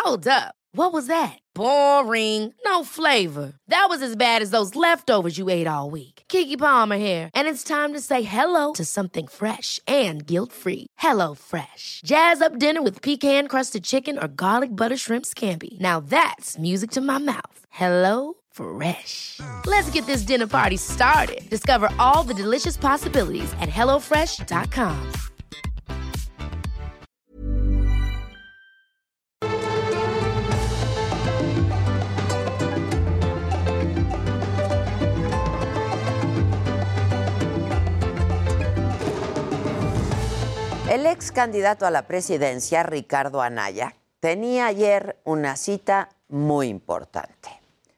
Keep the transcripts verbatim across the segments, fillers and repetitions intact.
Hold up. What was that? Boring. No flavor. That was as bad as those leftovers you ate all week. Keke Palmer here, and it's time to say hello to something fresh and guilt-free. Hello Fresh. Jazz up dinner with pecan-crusted chicken or garlic butter shrimp scampi. Now that's music to my mouth. Hello Fresh. Let's get this dinner party started. Discover all the delicious possibilities at hello fresh dot com. El ex candidato a la presidencia, Ricardo Anaya, tenía ayer una cita muy importante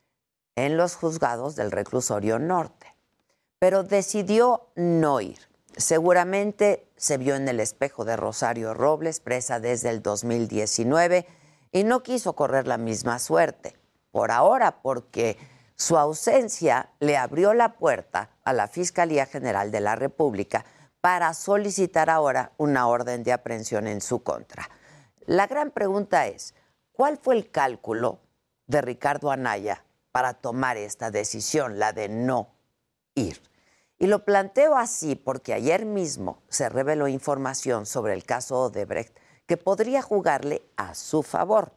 en los juzgados del Reclusorio Norte, pero decidió no ir. Seguramente se vio en el espejo de Rosario Robles, presa desde el dos mil diecinueve, y no quiso correr la misma suerte. Por ahora, porque su ausencia le abrió la puerta a la Fiscalía General de la República para solicitar ahora una orden de aprehensión en su contra. La gran pregunta es, ¿cuál fue el cálculo de Ricardo Anaya para tomar esta decisión, la de no ir? Y lo planteo así porque ayer mismo se reveló información sobre el caso Odebrecht que podría jugarle a su favor.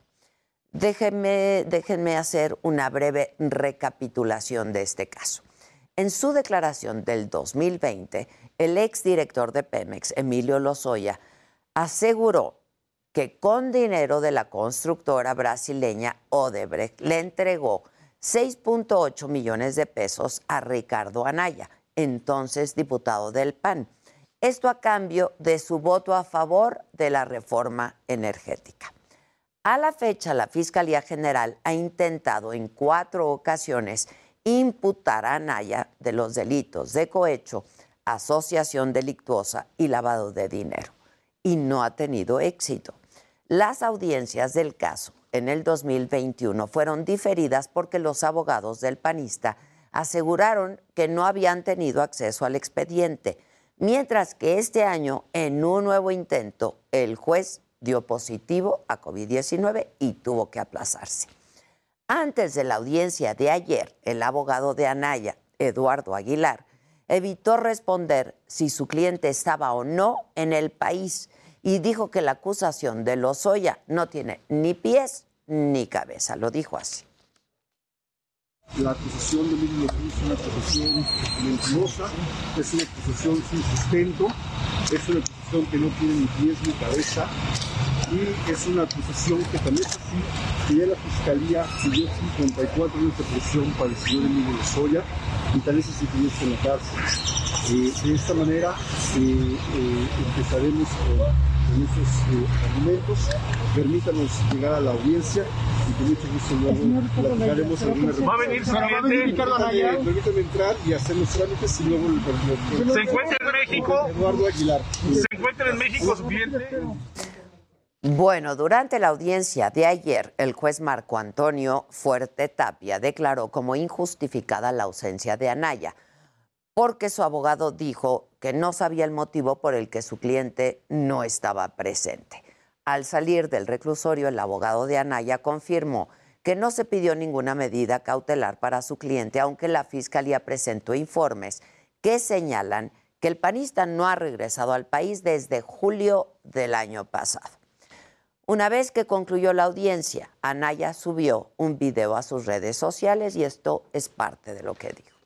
Déjenme, déjenme hacer una breve recapitulación de este caso. En su declaración del dos mil veinte, el exdirector de Pemex, Emilio Lozoya, aseguró que con dinero de la constructora brasileña Odebrecht le entregó seis punto ocho millones de pesos a Ricardo Anaya, entonces diputado del P A N. Esto a cambio de su voto a favor de la reforma energética. A la fecha, la Fiscalía General ha intentado en cuatro ocasiones imputar a Anaya de los delitos de cohecho, asociación delictuosa y lavado de dinero, y no ha tenido éxito. Las audiencias del caso en el dos mil veintiuno fueron diferidas porque los abogados del panista aseguraron que no habían tenido acceso al expediente, mientras que este año, en un nuevo intento, el juez dio positivo a COVID diecinueve y tuvo que aplazarse. Antes de la audiencia de ayer, el abogado de Anaya, Eduardo Aguilar, evitó responder si su cliente estaba o no en el país y dijo que la acusación de Lozoya no tiene ni pies ni cabeza. Lo dijo así. La acusación de Emilio Lozoya es una acusación mentirosa, es una acusación sin sustento, es una acusación que no tiene ni pies ni cabeza y es una acusación que también es así, que ya la Fiscalía pidió cincuenta y cuatro años de prisión para el señor Emilio Lozoya y tal vez se pidió en la cárcel. Eh, de esta manera eh, eh, empezaremos con, con esos eh, argumentos. Permítanos llegar a la audiencia y con mucho gusto luego platicaremos alguna reflexión. ¿Va a venir su cliente? Ricardo Anaya. Permítame entrar y hacer los trámites y luego el, ¿Se encuentra en México? Eduardo Aguilar. ¿Se encuentra en México su cliente? Bueno, durante la audiencia de ayer, el juez Marco Antonio Fuerte Tapia declaró como injustificada la ausencia de Anaya, porque su abogado dijo que no sabía el motivo por el que su cliente no estaba presente. Al salir del reclusorio, el abogado de Anaya confirmó que no se pidió ninguna medida cautelar para su cliente, aunque la Fiscalía presentó informes que señalan que el panista no ha regresado al país desde julio del año pasado. Una vez que concluyó la audiencia, Anaya subió un video a sus redes sociales y esto es parte de lo que dijo.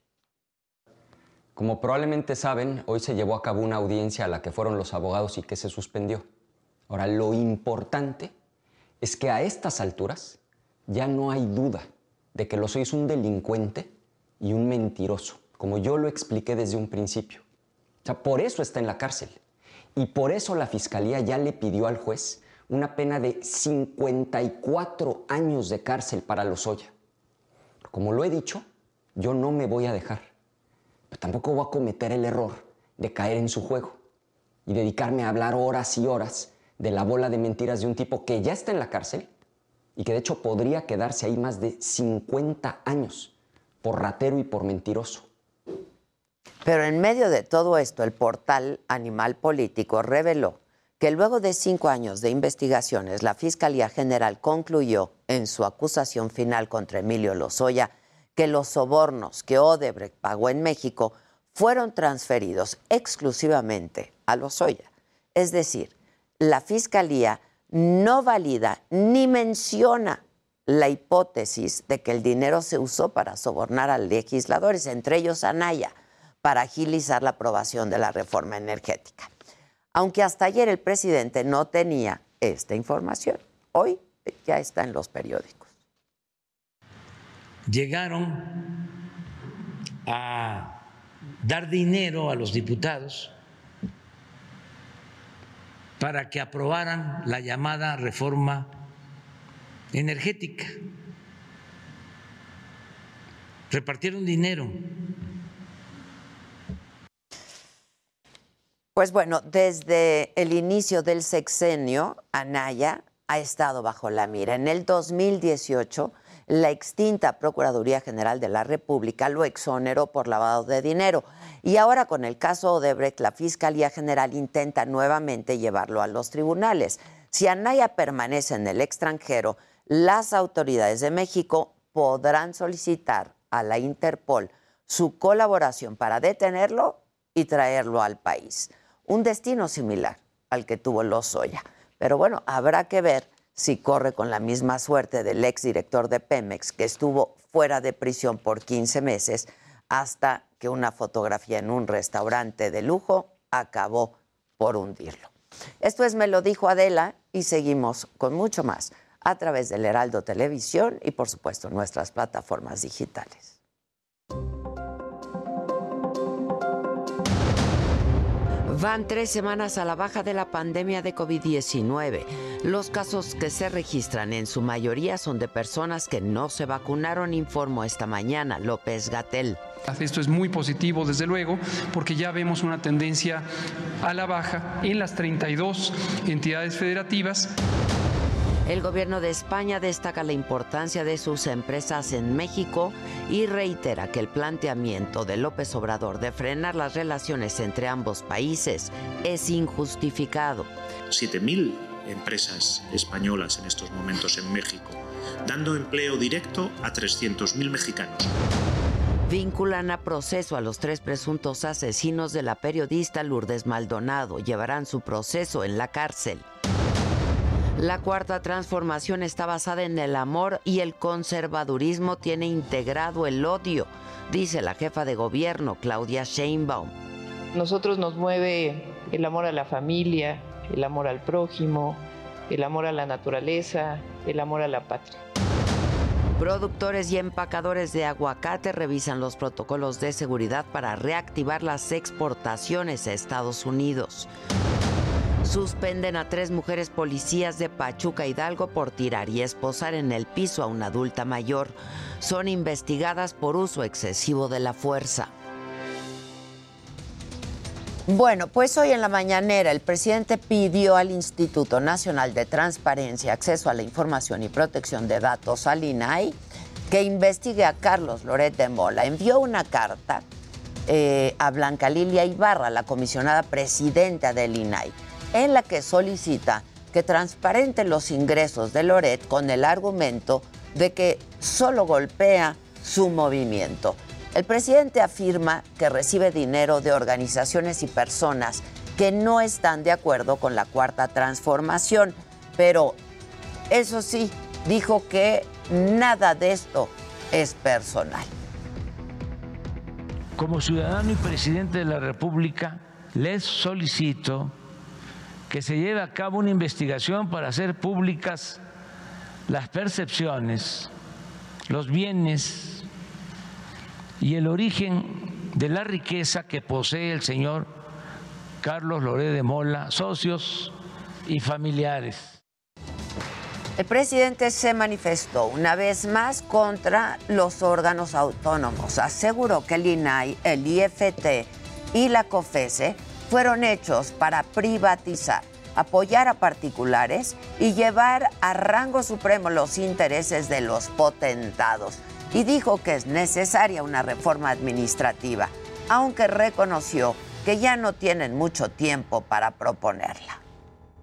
Como probablemente saben, hoy se llevó a cabo una audiencia a la que fueron los abogados y que se suspendió. Ahora, lo importante es que a estas alturas ya no hay duda de que Lozoya es un delincuente y un mentiroso, como yo lo expliqué desde un principio. O sea, por eso está en la cárcel. Y por eso la Fiscalía ya le pidió al juez una pena de cincuenta y cuatro años de cárcel para Lozoya. Como lo he dicho, yo no me voy a dejar. Pero tampoco voy a cometer el error de caer en su juego y dedicarme a hablar horas y horas de la bola de mentiras de un tipo que ya está en la cárcel y que de hecho podría quedarse ahí más de cincuenta años por ratero y por mentiroso. Pero en medio de todo esto, el portal Animal Político reveló que luego de cinco años de investigaciones, la Fiscalía General concluyó en su acusación final contra Emilio Lozoya que los sobornos que Odebrecht pagó en México fueron transferidos exclusivamente a Lozoya. Es decir, la Fiscalía no valida ni menciona la hipótesis de que el dinero se usó para sobornar a legisladores, entre ellos a Anaya, para agilizar la aprobación de la reforma energética. Aunque hasta ayer el presidente no tenía esta información, hoy ya está en los periódicos. Llegaron a dar dinero a los diputados para que aprobaran la llamada reforma energética. Repartieron dinero. Pues bueno, desde el inicio del sexenio, Anaya ha estado bajo la mira. En el dos mil dieciocho, la extinta Procuraduría General de la República lo exoneró por lavado de dinero. Y ahora con el caso Odebrecht, la Fiscalía General intenta nuevamente llevarlo a los tribunales. Si Anaya permanece en el extranjero, las autoridades de México podrán solicitar a la Interpol su colaboración para detenerlo y traerlo al país. Un destino similar al que tuvo Lozoya. Pero bueno, habrá que ver si corre con la misma suerte del exdirector de Pemex, que estuvo fuera de prisión por quince meses hasta que una fotografía en un restaurante de lujo acabó por hundirlo. Esto es Me lo dijo Adela y seguimos con mucho más a través del Heraldo Televisión y, por supuesto, nuestras plataformas digitales. Van tres semanas a la baja de la pandemia de COVID diecinueve. Los casos que se registran en su mayoría son de personas que no se vacunaron, informó esta mañana López-Gatell. Esto es muy positivo, desde luego, porque ya vemos una tendencia a la baja en las treinta y dos entidades federativas. El gobierno de España destaca la importancia de sus empresas en México y reitera que el planteamiento de López Obrador de frenar las relaciones entre ambos países es injustificado. siete mil empresas españolas en estos momentos en México, dando empleo directo a trescientos mil mexicanos. Vinculan a proceso a los tres presuntos asesinos de la periodista Lourdes Maldonado. Llevarán su proceso en la cárcel. La cuarta transformación está basada en el amor y el conservadurismo tiene integrado el odio, dice la jefa de gobierno, Claudia Sheinbaum. Nosotros nos mueve el amor a la familia, el amor al prójimo, el amor a la naturaleza, el amor a la patria. Productores y empacadores de aguacate revisan los protocolos de seguridad para reactivar las exportaciones a Estados Unidos. Suspenden a tres mujeres policías de Pachuca, Hidalgo, por tirar y esposar en el piso a una adulta mayor. Son investigadas por uso excesivo de la fuerza. Bueno, pues hoy en la mañanera el presidente pidió al Instituto Nacional de Transparencia, Acceso a la Información y Protección de Datos, al I N A I, que investigue a Carlos Loret de Mola. Envió una carta eh, a Blanca Lilia Ibarra, la comisionada presidenta del I N A I, en la que solicita que transparente los ingresos de Loret con el argumento de que solo golpea su movimiento. El presidente afirma que recibe dinero de organizaciones y personas que no están de acuerdo con la Cuarta Transformación, pero eso sí, dijo que nada de esto es personal. Como ciudadano y presidente de la República, les solicito que se lleve a cabo una investigación para hacer públicas las percepciones, los bienes y el origen de la riqueza que posee el señor Carlos Loret de Mola, socios y familiares. El presidente se manifestó una vez más contra los órganos autónomos. Aseguró que el I N A I, el I F T y la COFESE fueron hechos para privatizar, apoyar a particulares y llevar a rango supremo los intereses de los potentados. Y dijo que es necesaria una reforma administrativa, aunque reconoció que ya no tienen mucho tiempo para proponerla.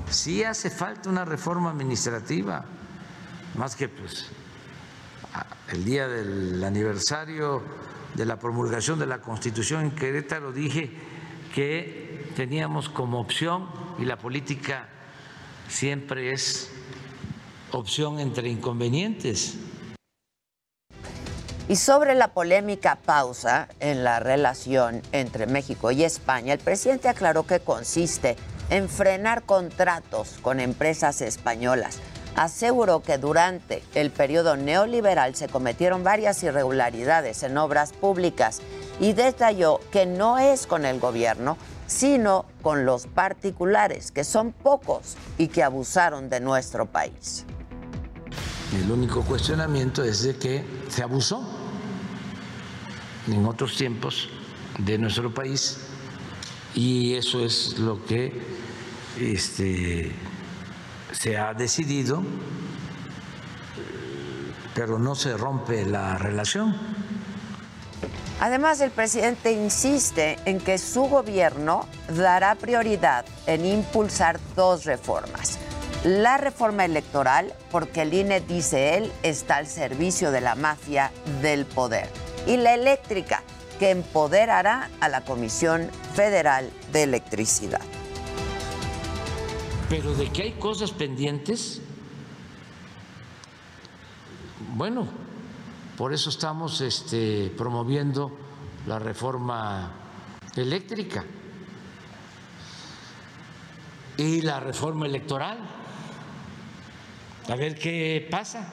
Sí hace falta una reforma administrativa, más que pues el día del aniversario de la promulgación de la Constitución en Querétaro dije que teníamos como opción, y la política siempre es opción entre inconvenientes. Y sobre la polémica pausa en la relación entre México y España, el presidente aclaró que consiste en frenar contratos con empresas españolas. Aseguró que durante el periodo neoliberal se cometieron varias irregularidades en obras públicas y detalló que no es con el gobierno, sino con los particulares, que son pocos y que abusaron de nuestro país. El único cuestionamiento es de que se abusó en otros tiempos de nuestro país, y eso es lo que este, se ha decidido, pero no se rompe la relación. Además, el presidente insiste en que su gobierno dará prioridad en impulsar dos reformas. La reforma electoral, porque el I N E, dice él, está al servicio de la mafia del poder. Y la eléctrica, que empoderará a la Comisión Federal de Electricidad. Pero de que hay cosas pendientes, bueno, por eso estamos este, promoviendo la reforma eléctrica y la reforma electoral. A ver qué pasa.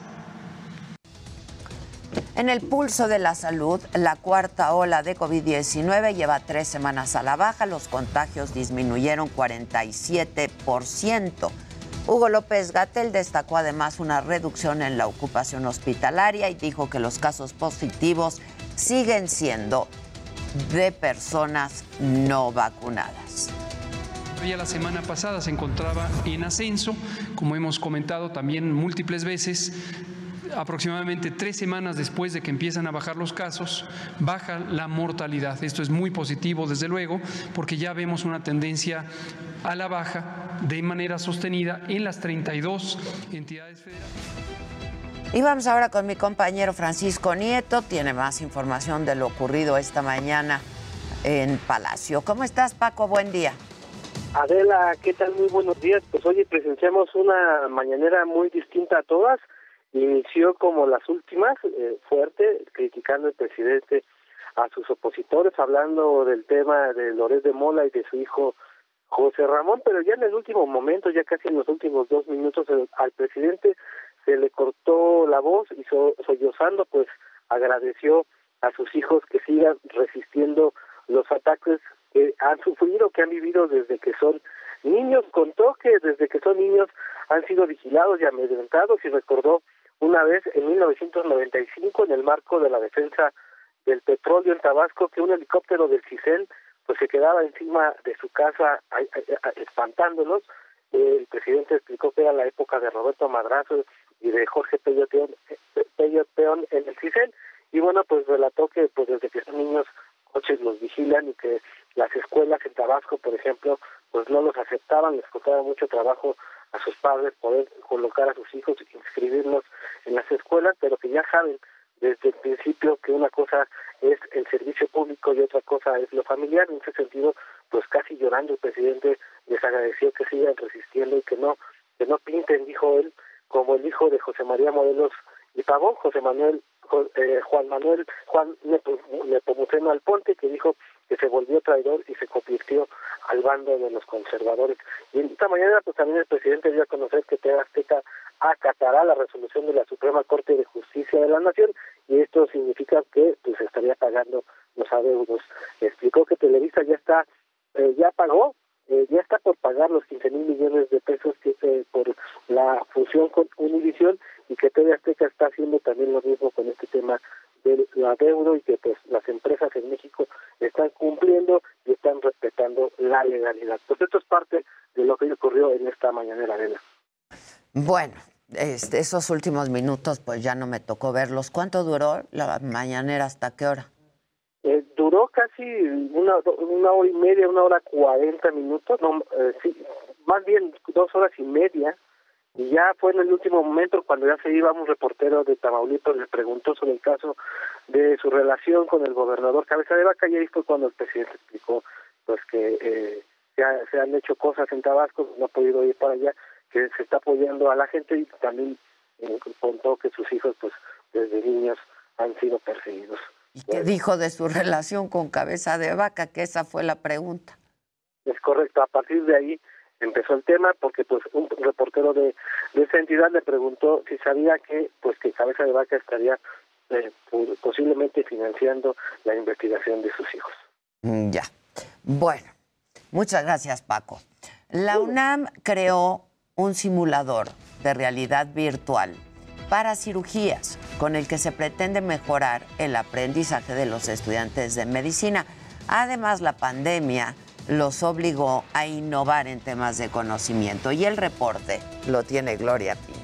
En el pulso de la salud, la cuarta ola de COVID diecinueve lleva tres semanas a la baja. Los contagios disminuyeron cuarenta y siete por ciento. Hugo López-Gatell destacó además una reducción en la ocupación hospitalaria y dijo que los casos positivos siguen siendo de personas no vacunadas. Ya la semana pasada se encontraba en ascenso, como hemos comentado también múltiples veces. Aproximadamente tres semanas después de que empiezan a bajar los casos, baja la mortalidad. Esto es muy positivo, desde luego, porque ya vemos una tendencia a la baja de manera sostenida en las treinta y dos entidades federales. Y vamos ahora con mi compañero Francisco Nieto. Tiene más información de lo ocurrido esta mañana en Palacio. ¿Cómo estás, Paco? Buen día. Adela, ¿qué tal? Muy buenos días. Pues hoy presenciamos una mañanera muy distinta a todas. Inició como las últimas, eh, fuerte, criticando al presidente a sus opositores, hablando del tema de Loret de Mola y de su hijo José Ramón, pero ya en el último momento, ya casi en los últimos dos minutos, el, al presidente se le cortó la voz y so, sollozando, pues agradeció a sus hijos que sigan resistiendo los ataques que han sufrido, que han vivido desde que son niños. Contó que desde que son niños han sido vigilados y amedrentados, y recordó una vez en mil novecientos noventa y cinco, en el marco de la defensa del petróleo en Tabasco, que un helicóptero del CISEN pues se quedaba encima de su casa a, a, a, espantándolos. El presidente explicó que era la época de Roberto Madrazo y de Jorge Pello Peón, Pello Peón en el CISEN, y bueno, pues relató que pues desde que son niños coches los vigilan y que las escuelas en Tabasco, por ejemplo, pues no los aceptaban, les costaba mucho trabajo a sus padres poder colocar a sus hijos y inscribirlos en las escuelas, pero que ya saben desde el principio que una cosa es el servicio público y otra cosa es lo familiar. En ese sentido, pues casi llorando el presidente les agradeció que sigan resistiendo y que no que no pinten, dijo él, como el hijo de José María Morelos y Pavón, José Manuel eh, Juan Manuel Juan Nepomuceno Alponte, que dijo que se volvió traidor y se convirtió al bando de los conservadores. Y esta mañana pues también el presidente dio a conocer que T V Azteca acatará la resolución de la Suprema Corte de Justicia de la Nación, y esto significa que pues estaría pagando los adeudos. Explicó que Televisa ya está, eh, ya pagó, eh, ya está por pagar los quince mil millones de pesos que eh, por la fusión con Univisión, y que T V Azteca está haciendo también lo mismo con este tema del adeudo, y que pues las empresas en México están cumpliendo y están respetando la legalidad. Pues esto es parte de lo que ocurrió en esta mañanera, Adela. Bueno, este, esos últimos minutos pues ya no me tocó verlos. ¿Cuánto duró la mañanera? ¿Hasta qué hora? Eh, duró casi una, una hora y media, una hora cuarenta minutos, no, eh, sí, más bien dos horas y media, y ya fue en el último momento cuando ya se iba un reportero de Tamaulipas, le preguntó sobre el caso de su relación con el gobernador Cabeza de Vaca, y ahí fue cuando el presidente explicó pues que eh, se, ha, se han hecho cosas en Tabasco, no ha podido ir para allá, que se está apoyando a la gente, y también eh, contó que sus hijos pues desde niños han sido perseguidos. ¿Y qué dijo de su relación con Cabeza de Vaca? Que esa fue la pregunta. Es correcto, a partir de ahí empezó el tema, porque pues un reportero de, de esa entidad le preguntó si sabía que pues que Cabeza de Vaca estaría eh, posiblemente financiando la investigación de sus hijos. Mm, ya. Bueno, muchas gracias, Paco. La UNAM creó un simulador de realidad virtual para cirugías con el que se pretende mejorar el aprendizaje de los estudiantes de medicina. Además, la pandemia los obligó a innovar en temas de conocimiento, y el reporte lo tiene Gloria Piña.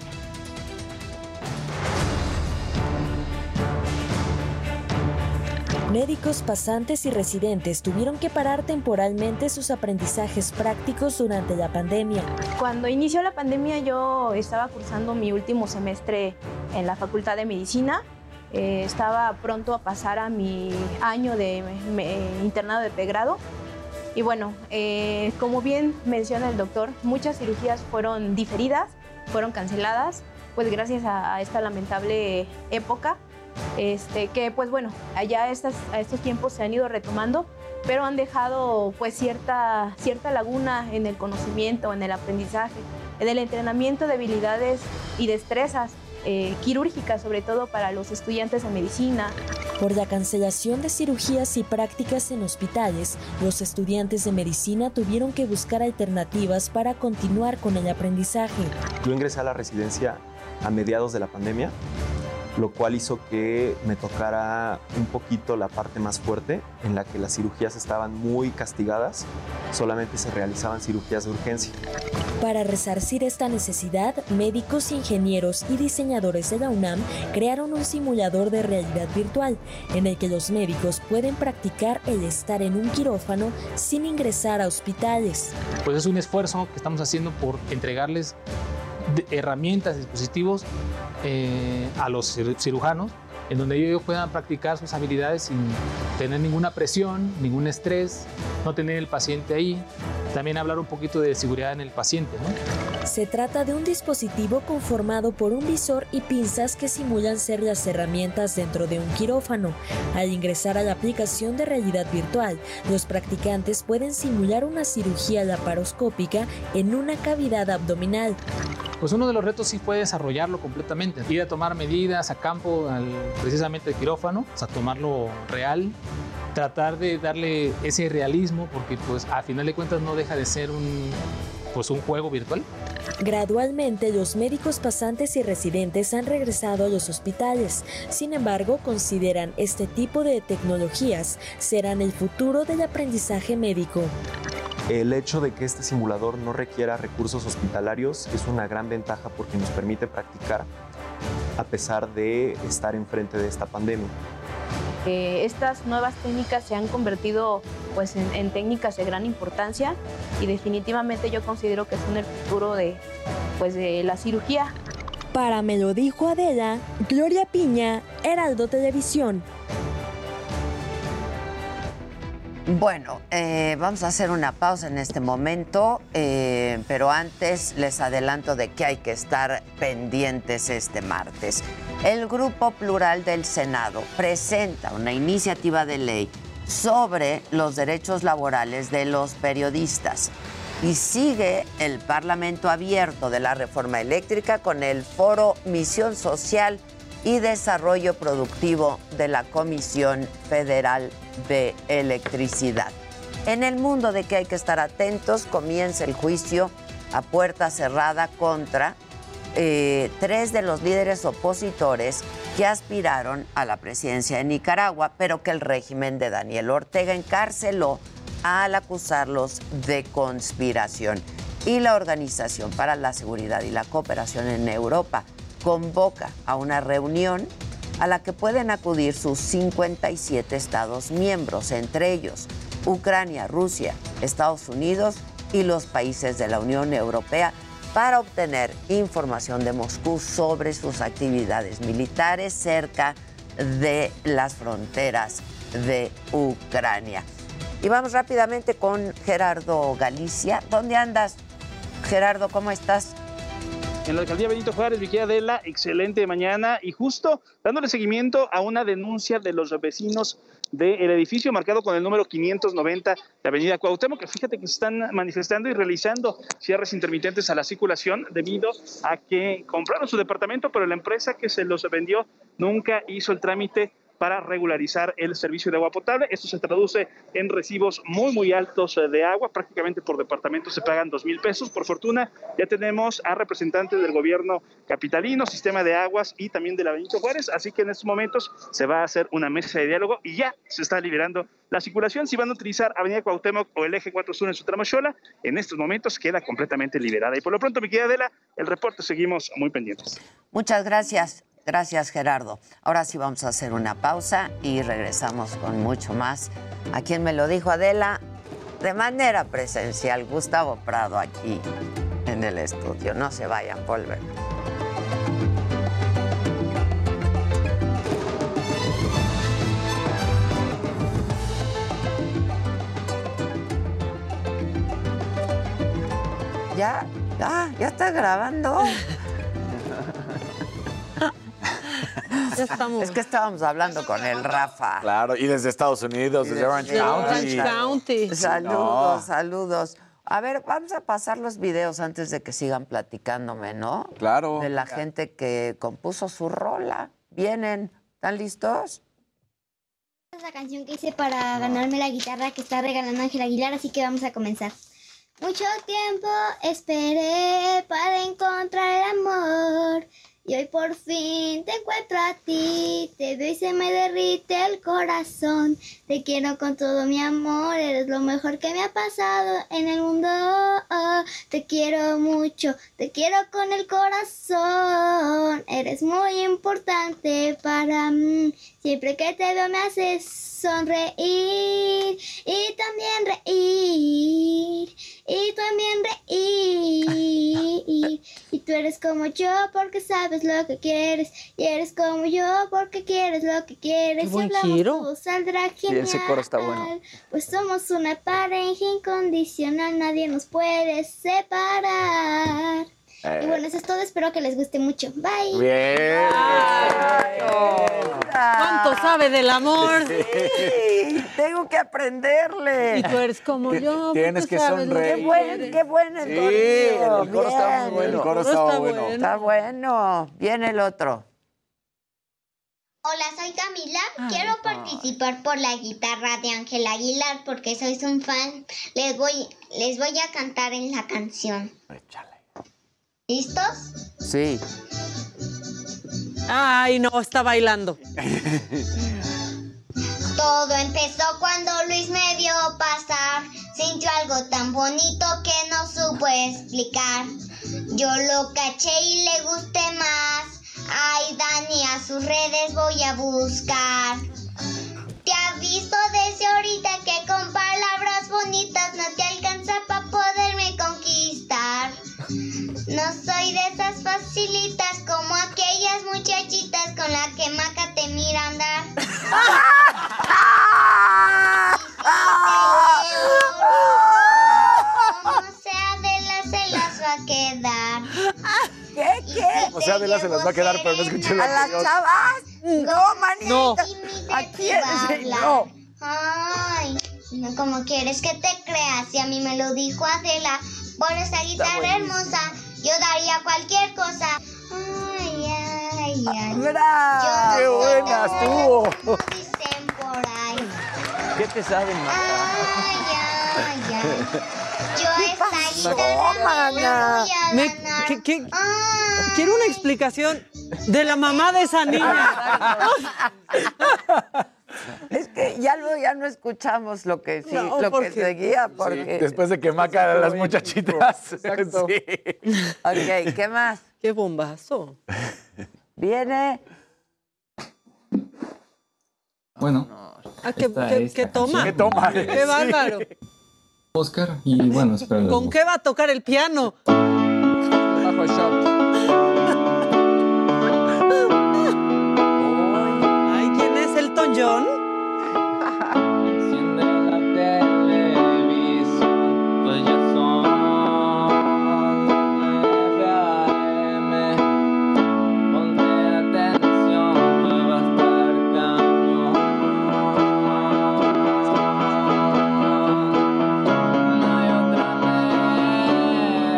Médicos, pasantes y residentes tuvieron que parar temporalmente sus aprendizajes prácticos durante la pandemia. Cuando inició la pandemia yo estaba cursando mi último semestre en la Facultad de Medicina. Eh, estaba pronto a pasar a mi año de me, internado de pregrado. Y bueno, eh, como bien menciona el doctor, muchas cirugías fueron diferidas, fueron canceladas, pues gracias a, a esta lamentable época. Este, que pues bueno, allá estas, a estos tiempos se han ido retomando, pero han dejado pues cierta, cierta laguna en el conocimiento, en el aprendizaje, en el entrenamiento de habilidades y destrezas eh, quirúrgicas, sobre todo para los estudiantes de medicina. Por la cancelación de cirugías y prácticas en hospitales, los estudiantes de medicina tuvieron que buscar alternativas para continuar con el aprendizaje. Yo ingresé a la residencia a mediados de la pandemia, lo cual hizo que me tocara un poquito la parte más fuerte, en la que las cirugías estaban muy castigadas, solamente se realizaban cirugías de urgencia. Para resarcir esta necesidad, médicos, ingenieros y diseñadores de la UNAM crearon un simulador de realidad virtual, en el que los médicos pueden practicar el estar en un quirófano sin ingresar a hospitales. Pues es un esfuerzo que estamos haciendo por entregarles herramientas, dispositivos eh, a los cirujanos, en donde ellos puedan practicar sus habilidades sin tener ninguna presión, ningún estrés, no tener el paciente ahí. También hablar un poquito de seguridad en el paciente, ¿no? Se trata de un dispositivo conformado por un visor y pinzas que simulan ser las herramientas dentro de un quirófano. Al ingresar a la aplicación de realidad virtual, los practicantes pueden simular una cirugía laparoscópica en una cavidad abdominal. Pues uno de los retos sí fue desarrollarlo completamente, ir a tomar medidas a campo, al, precisamente el quirófano, o sea, tomarlo real, tratar de darle ese realismo, porque pues a final de cuentas no deja de ser un, pues, un juego virtual. Gradualmente, los médicos pasantes y residentes han regresado a los hospitales. Sin embargo, consideran este tipo de tecnologías serán el futuro del aprendizaje médico. El hecho de que este simulador no requiera recursos hospitalarios es una gran ventaja, porque nos permite practicar a pesar de estar enfrente de esta pandemia. Eh, estas nuevas técnicas se han convertido pues, en, en técnicas de gran importancia, y definitivamente yo considero que son el futuro de, pues, de la cirugía. Para Me lo dijo Adela, Gloria Piña, Heraldo Televisión. Bueno, eh, vamos a hacer una pausa en este momento, eh, pero antes les adelanto de que hay que estar pendientes este martes. El Grupo Plural del Senado presenta una iniciativa de ley sobre los derechos laborales de los periodistas, y sigue el Parlamento abierto de la reforma eléctrica con el Foro Misión Social y Desarrollo Productivo de la Comisión Federal de Electricidad. En el mundo de que hay que estar atentos, comienza el juicio a puerta cerrada contra eh, tres de los líderes opositores que aspiraron a la presidencia de Nicaragua, pero que el régimen de Daniel Ortega encarceló al acusarlos de conspiración. Y la Organización para la Seguridad y la Cooperación en Europa convoca a una reunión a la que pueden acudir sus cincuenta y siete estados miembros, entre ellos Ucrania, Rusia, Estados Unidos y los países de la Unión Europea para obtener información de Moscú sobre sus actividades militares cerca de las fronteras de Ucrania. Y vamos rápidamente con Gerardo Galicia. ¿Dónde andas, Gerardo? ¿Cómo estás? En la alcaldía Benito Juárez, Vicky Adela, excelente mañana y justo dándole seguimiento a una denuncia de los vecinos del edificio marcado con el número quinientos noventa de Avenida Cuauhtémoc, que fíjate que se están manifestando y realizando cierres intermitentes a la circulación debido a que compraron su departamento, pero la empresa que se los vendió nunca hizo el trámite para regularizar el servicio de agua potable. Esto se traduce en recibos muy, muy altos de agua. Prácticamente por departamento se pagan dos mil pesos. Por fortuna, ya tenemos a representantes del gobierno capitalino, sistema de aguas y también de la Benito Juárez. Así que en estos momentos se va a hacer una mesa de diálogo y ya se está liberando la circulación. Si van a utilizar Avenida Cuauhtémoc o el eje cuatro sur en su tramo Xola, en estos momentos queda completamente liberada. Y por lo pronto, mi querida Adela, el reporte seguimos muy pendientes. Muchas gracias. Gracias, Gerardo. Ahora sí vamos a hacer una pausa y regresamos con mucho más. A quien me lo dijo Adela, de manera presencial, Gustavo Prado aquí en el estudio. No se vayan, volver. Ya, ya, ya está grabando. Ya estamos. Es que estábamos hablando con el Rafa. Claro, y desde Estados Unidos, desde Orange County. Orange County. Saludos, No. saludos. A ver, vamos a pasar los videos antes de que sigan platicándome, ¿no? Claro. De la gente que compuso su rola. Vienen, ¿están listos? Es la canción que hice para ganarme la guitarra que está regalando Ángel Aguilar, así que vamos a comenzar. Mucho tiempo esperé para encontrar el amor. Y hoy por fin te encuentro a ti, te veo y se me derrite el corazón. Te quiero con todo mi amor, eres lo mejor que me ha pasado en el mundo. Oh, te quiero mucho, te quiero con el corazón. Eres muy importante para mí, siempre que te veo me haces sonreír y también reír. Y también reír. Y tú eres como yo porque sabes lo que quieres. Y eres como yo porque quieres lo que quieres. Qué buen Si hablamos giro. todo saldrá genial. Sí, ese coro está bueno. Pues somos una pareja incondicional. Nadie nos puede separar. Eh. Y bueno, eso es todo. Espero que les guste mucho. Bye. Bien. ¿Cuánto sabe del amor? Sí, tengo que aprenderle. Y tú eres como yo. Tienes porque que sabes lo sonreír. Qué buen, quieres. qué buen el Sí, corrido. el coro está muy Bien. bueno. El coro está estaba bueno. bueno. Está bueno. Viene el otro. Hola, soy Camila. Quiero participar por la guitarra de Ángel Aguilar porque soy un fan. Les voy, les voy a cantar en la canción. Échale. ¿Listos? Sí. Ay, no, está bailando. Todo empezó cuando Luis me vio pasar. Sintió algo tan bonito que no supo explicar. Yo lo caché y le gusté más. Ay, Dani, a sus redes voy a buscar. Te aviso desde ahorita que con palabras bonitas no te alcanza para poderme conquistar. No soy de esas facilitas como aquellas muchachitas con la que Maca te mira andar. Como sea de las se las va a quedar. ¿Qué? ¿Qué? O sea, Adela se las va a quedar, pero no escuché la ¿A las anterior. chavas? No, manita. No. ¿A quién? No. Ay, no, como quieres que te creas, y a mí me lo dijo Adela. Por esa guitarra hermosa, yo daría cualquier cosa. Ay, ay, ay. ¡Bravo! ¡Qué buena estuvo! Como dicen por ahí. ¿Qué te saben, Maca? Ay, ay, ay. Yo esta pasó, guitarra me la mana? voy a Me- ganar. ¿qué- qué? Ay. Quiero una explicación de la mamá de esa niña. Es que ya luego ya no escuchamos lo que sí, No, lo ¿por que qué? seguía, Sí, porque. después de que Maca a las muchachitas. Exacto. Sí. Ok, ¿qué más? Qué bombazo. Viene. Bueno, Ah, ¿qué, esta qué- es qué la toma? canción. ¿Qué toma? Qué bárbaro. Oscar, y bueno, espero. ¿Con qué va a tocar el piano? Bajo shot. Ay, ¿quién es Elton John? Enciende la televisión, pues ya son nueve a eme. Ponte atención, que va a estar cañón. No hay otra mejor,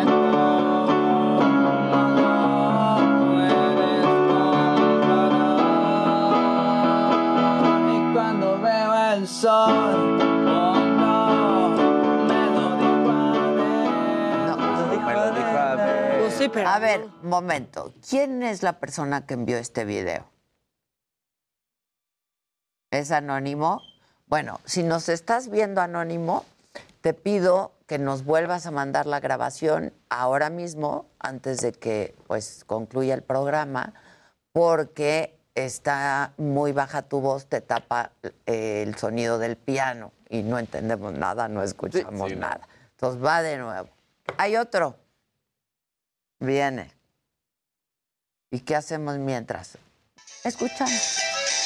no lo puedes comparar. Y cuando veo el sol, oh no, me lo dijo Adele. Pues sí, pero A ver, momento. ¿Quién es la persona que envió este video? ¿Es anónimo? Bueno, si nos estás viendo anónimo, te pido que nos vuelvas a mandar la grabación ahora mismo, antes de que pues concluya el programa, porque está muy baja tu voz, te tapa eh, el sonido del piano y no entendemos nada, no escuchamos Sí, sí, no. nada. Entonces va de nuevo. Hay otro. Viene. ¿Y qué hacemos mientras? Escuchamos.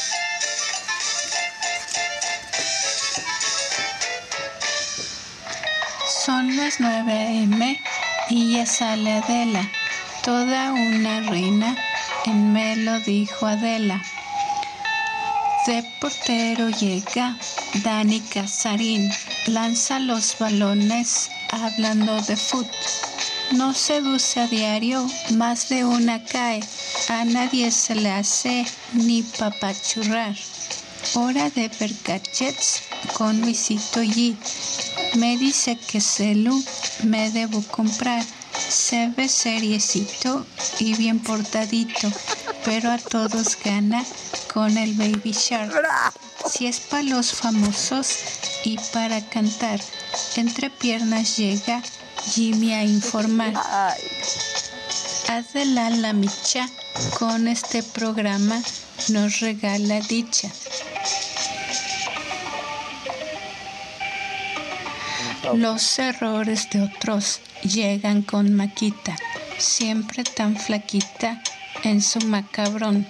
Son las nueve a eme y ya sale Adela, toda una reina, en me lo dijo Adela. De portero llega Dani Casarín, lanza los balones hablando de fútbol. No seduce a diario, más de una cae, a nadie se le hace ni papachurrar. Hora de ver gadgets con Luisito G. Me dice que celu me debo comprar. Se ve seriecito y bien portadito, pero a todos gana con el Baby Shark. Si es para los famosos y para cantar, entre piernas llega Jimmy a informar. Adela la micha, con este programa nos regala dicha. Los errores de otros llegan con Maquita, siempre tan flaquita en su macabrón.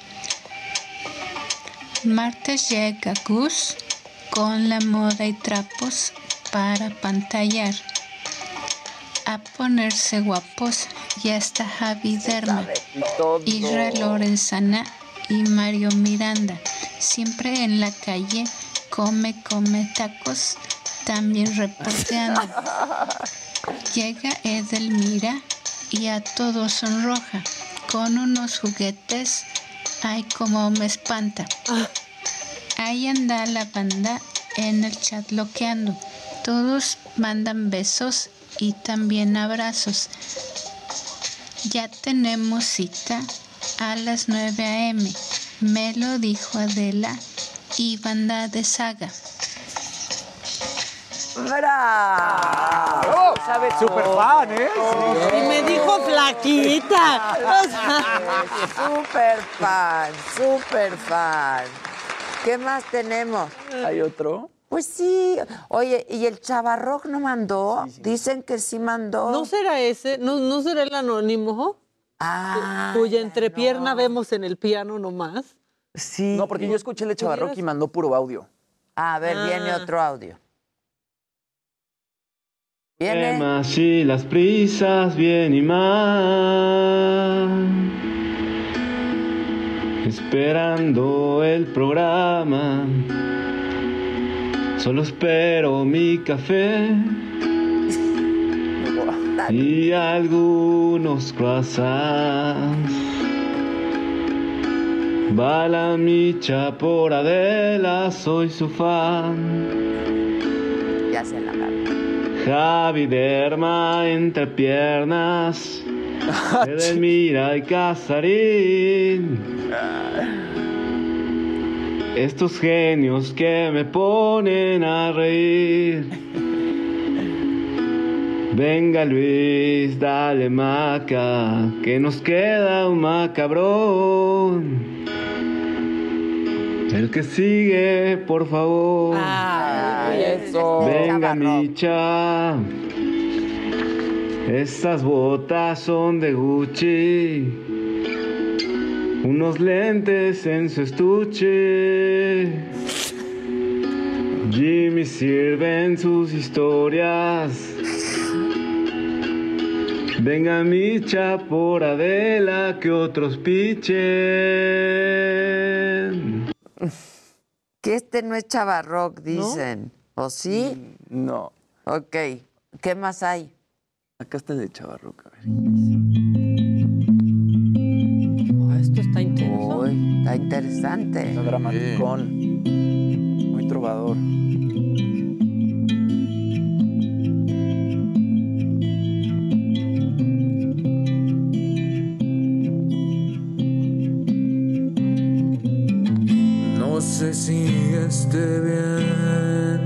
Martes llega Gus con la moda y trapos para pantallar. A ponerse guapos ya está Javi Derma, Isra Lorenzana y Mario Miranda. Siempre en la calle come, come tacos, también reporteando. Llega Edelmira y a todos sonroja, con unos juguetes, ay como me espanta. Ahí anda la banda en el chat loqueando, todos mandan besos y también abrazos. Ya tenemos cita a las nueve a eme, me lo dijo Adela y banda de saga. ¡Bravo! ¿Sabes? Super fan, ¿eh? Sí. Y me dijo flaquita. O sea, Super fan, super fan. ¿Qué más tenemos? ¿Hay otro? Pues sí. Oye, ¿y el Chavarroc no mandó? Sí, sí. Dicen que sí mandó. ¿no será ese? ¿No, no será el anónimo? Ah, cuya entrepierna no. vemos en el piano nomás. Sí. No, porque yo escuché el de Chavarroc y mandó puro audio. A ver, ah. viene otro audio. Viene. Temas y las prisas, bien y mal. Esperando el programa. Solo espero mi café. Y algunos croissants. Va la micha por Adela, soy su fan. Ya se la agarró. Javi Derma entre piernas. Edelmira y Casarín. Estos genios que me ponen a reír. Venga Luis, dale maca, que nos queda un macabrón. El que sigue, por favor. Ah, eso. Venga, Micha. Estas botas son de Gucci. Unos lentes en su estuche. Jimmy sirve en sus historias. Venga, Micha, por Adela, que otros pichen. Que este no es Chavarrock, dicen. ¿O sí? No. Ok. ¿Qué más hay? Acá está el de Chavarrock, a ver. Oh, esto está intenso. Uy, está interesante. Está dramaticón. Muy trovador. No sé si esté bien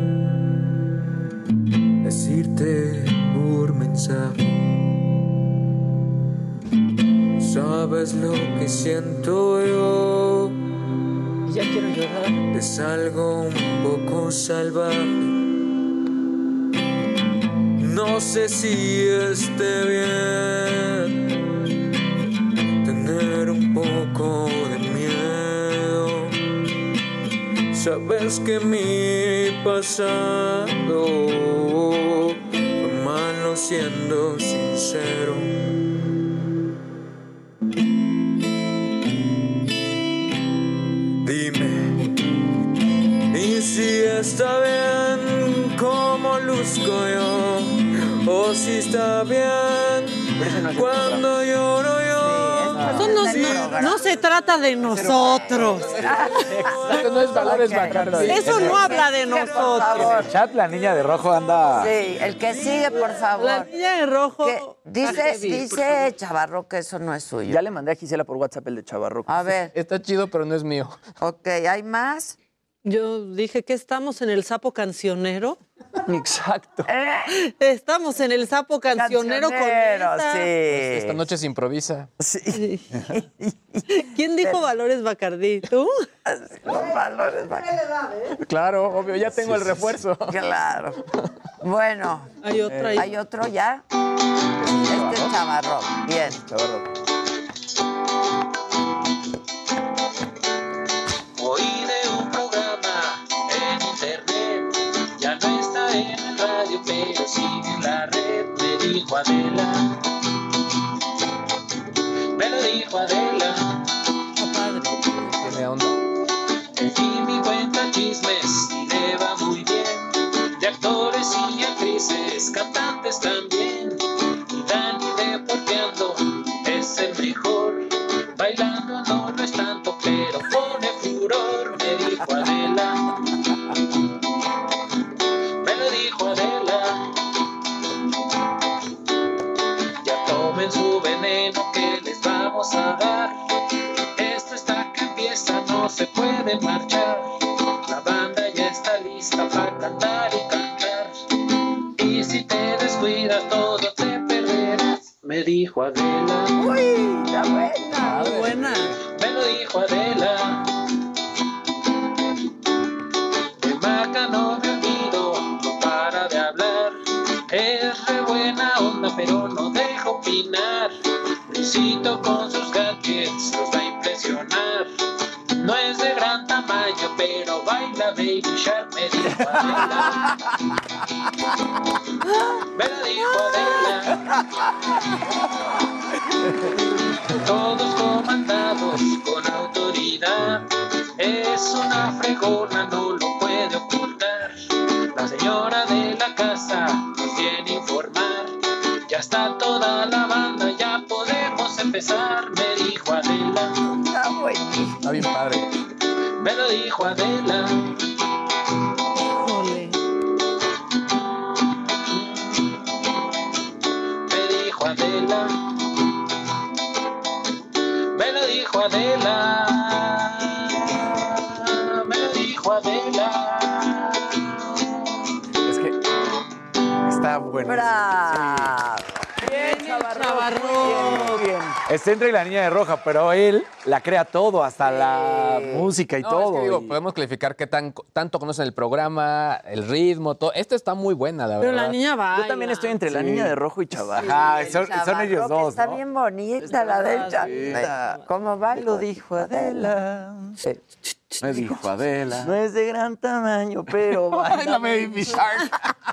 decirte por mensaje. Sabes lo que siento yo. Ya quiero llorar. Es algo un poco salvaje. No sé si esté bien tener un poco de miedo. Sabes que mi pasado fue malo, siendo sincero. Dime, ¿y si está bien como luzco yo? ¿O si está bien cuando lloro yo? Eso no, no, no se trata de nosotros. Esto no es Valores Bacardi. Eso no habla de nosotros. En el chat la niña de rojo anda... Sí, el que sigue, por favor. La niña de rojo. Que dice dice Chavarrock que eso no es suyo. Ya le mandé a Gisela por WhatsApp el de Chavarrock. A ver. Está chido, pero no es mío. Ok, ¿hay más? Yo dije que estamos en el sapo cancionero. Exacto. Estamos en el sapo cancionero, Cancionero, con esta. sí. Esta noche se improvisa. Sí. ¿Quién dijo Valores Bacardí? ¿Tú? Los Valores Bacardí. Claro, obvio, ya tengo el refuerzo. Claro. Bueno. Hay otro ahí. ¿Hay otro ya? Este es Chavarrock. Bien. Chavarrock. Oí de un programa en internet, ya no está en el radio, pero sigue en la red, me dijo Adela, me lo dijo Adela. Tiene onda. En fin, mi cuenta chismes y le va muy bien, de actores y actrices, cantantes también, y Dani Deporteando es el mejor, bailando no lo es tanto, pero pone furor, me dijo Adela, me lo dijo Adela. Ya tomen su veneno que les vamos a dar, esto está que empieza, no se puede marchar, la banda ya está lista para cantar y cantar, y si te descuidas todo te perderás, me dijo Adela. Uy, está buena. Muy buena. Me lo dijo Adela. De Maca no me olvido, no para de hablar. Es re buena onda, pero no deja opinar. Luisito con sus gadgets los va a impresionar. No es de gran tamaño, pero baila Baby Shark, me dijo Adela. Me lo dijo Adela. Todos comandados con autoridad. Es una fregona, no lo puede ocultar. La señora de la casa nos viene a informar. Ya está toda la banda, ya podemos empezar, me dijo Adela. Está buenísimo. Está bien padre. Me lo dijo Adela. Híjole. Me dijo Adela. Me lo dijo Adela. Me lo dijo Adela. Es que está bueno. ¡Bravo! Bien, Chavarrock. Chavarrock. Muy bien. Está entre la niña de roja, pero él la crea todo, hasta la música y No, todo. es que digo, y- podemos clasificar qué tan, tanto conocen el programa, el ritmo, todo. Esta está muy buena, la Pero verdad. la niña va. Yo también estoy entre la Sí. niña de rojo y Chavarro. Ajá, El son, son Chavarro, ellos que dos, está ¿no? bien bonita la de ella. ¿Cómo va? Lo dijo Adela. Me dijo Adela. No es de gran tamaño, pero Baila Baby Shark.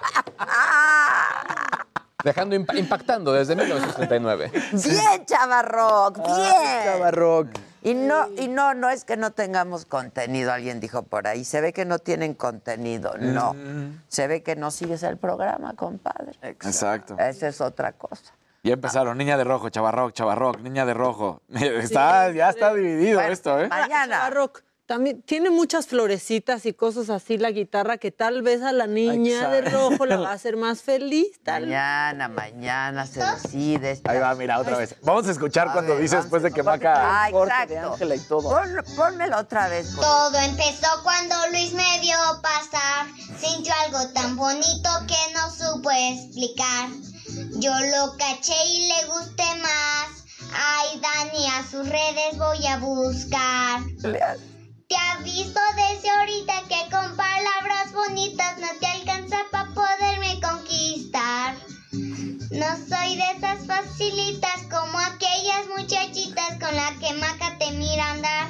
Dejando impa- impactando desde mil novecientos treinta y nueve. Bien, Chavarrock, bien. Chavarrock. Y no, y no, no es que no tengamos contenido, alguien dijo por ahí. Se ve que no tienen contenido, no. Se ve que no sigues el programa, compadre. Exacto. Esa es otra cosa. Ya empezaron, niña de rojo, chavarroc, chavarroc, niña de rojo. Está, ya está dividido Bueno, esto, ¿eh? Mañana. Chavarrock también tiene muchas florecitas y cosas así la guitarra que tal vez a la niña de rojo la va a hacer más feliz. Tal. Mañana, mañana se decide. Ahí va, mira, otra vez. Vamos a escuchar A cuando ver, dice vamos después de que Maca... Ah, corte de exacto. Ángela y todo. Pon- pónmelo otra vez. por- Todo empezó cuando Luis me vio pasar. Sintió algo tan bonito que no supo explicar. Yo lo caché y le gusté más. Ay, Dani, a sus redes voy a buscar. Te aviso desde ahorita que con palabras bonitas no te alcanza para poderme conquistar. No soy de esas facilitas como aquellas muchachitas con las que Maca te mira andar.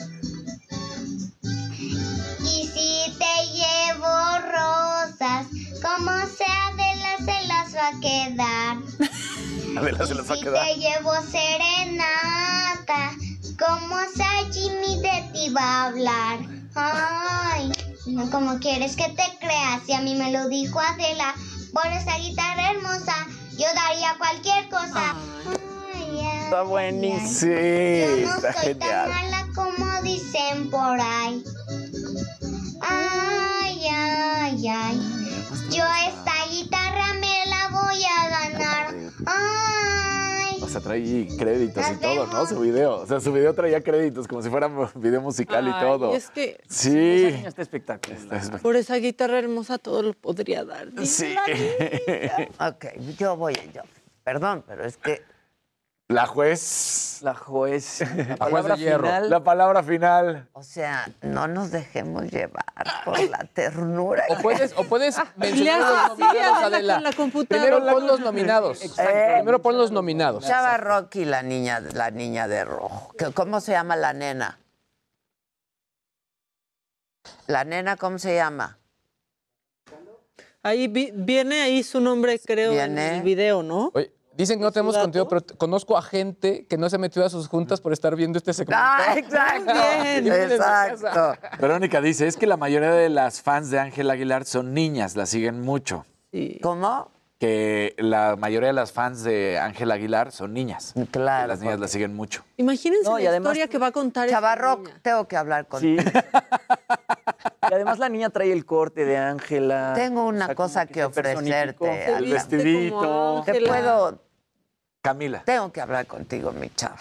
Y si te llevo rosas, como sea Adela se las va a quedar. Adela se las va a Si quedar. te llevo serenata, como sea Jimmy de ti va a hablar. Ay, no como quieres que te creas, si a mí me lo dijo Adela, por esa guitarra hermosa, yo daría cualquier cosa. Ay, ay, Está ay. buenísimo. Sí, Yo no está soy tan genial. mala como dicen por ahí. Ay, ay, ay. Yo esta guitarra me la voy a ganar. Ay. O sea, trae créditos y Nos todo, ¿no? vemos. Su video. O sea, su video traía créditos, como si fuera un video musical y Ay, todo. es que Sí. Esa niña está espectacular. Está espectacular. por esa guitarra hermosa todo lo podría dar. Sí. Ok, yo voy yo. Perdón, pero es que La juez. La juez. La juez palabra de hierro. final. La palabra final. O sea, no nos dejemos llevar por la ternura. O puedes, o puedes Le mencionar haces los así, nominados, Adela, Adela. con la computadora. Primero pon los nominados. Eh, Primero pon los nominados. Chava Rocky, la niña, la niña de rojo. ¿Qué- ¿Cómo se llama la nena? La nena, ¿cómo se llama? Ahí vi- viene ahí su nombre, creo, Viene. en el video, ¿no? Oye, dicen que no tenemos contigo, pero t- conozco a gente que no se ha metido a sus juntas por estar viendo este segmento. Ah, exacto. Bien. Exacto. Verónica dice, es que la mayoría de las fans de Ángel Aguilar son niñas, la siguen mucho. ¿Cómo? Que la mayoría de las fans de Ángel Aguilar son niñas. Claro. Que las niñas la siguen mucho. Imagínense No, y la además- historia que va a contar esta Chavarrock, niña. tengo que hablar contigo. Sí. Y además la niña trae el corte de Ángela. Tengo una O sea, como cosa que, se personificó. ofrecerte. El Alba. vestidito. Te Ángela. puedo, Camila. tengo que hablar contigo, mi chava.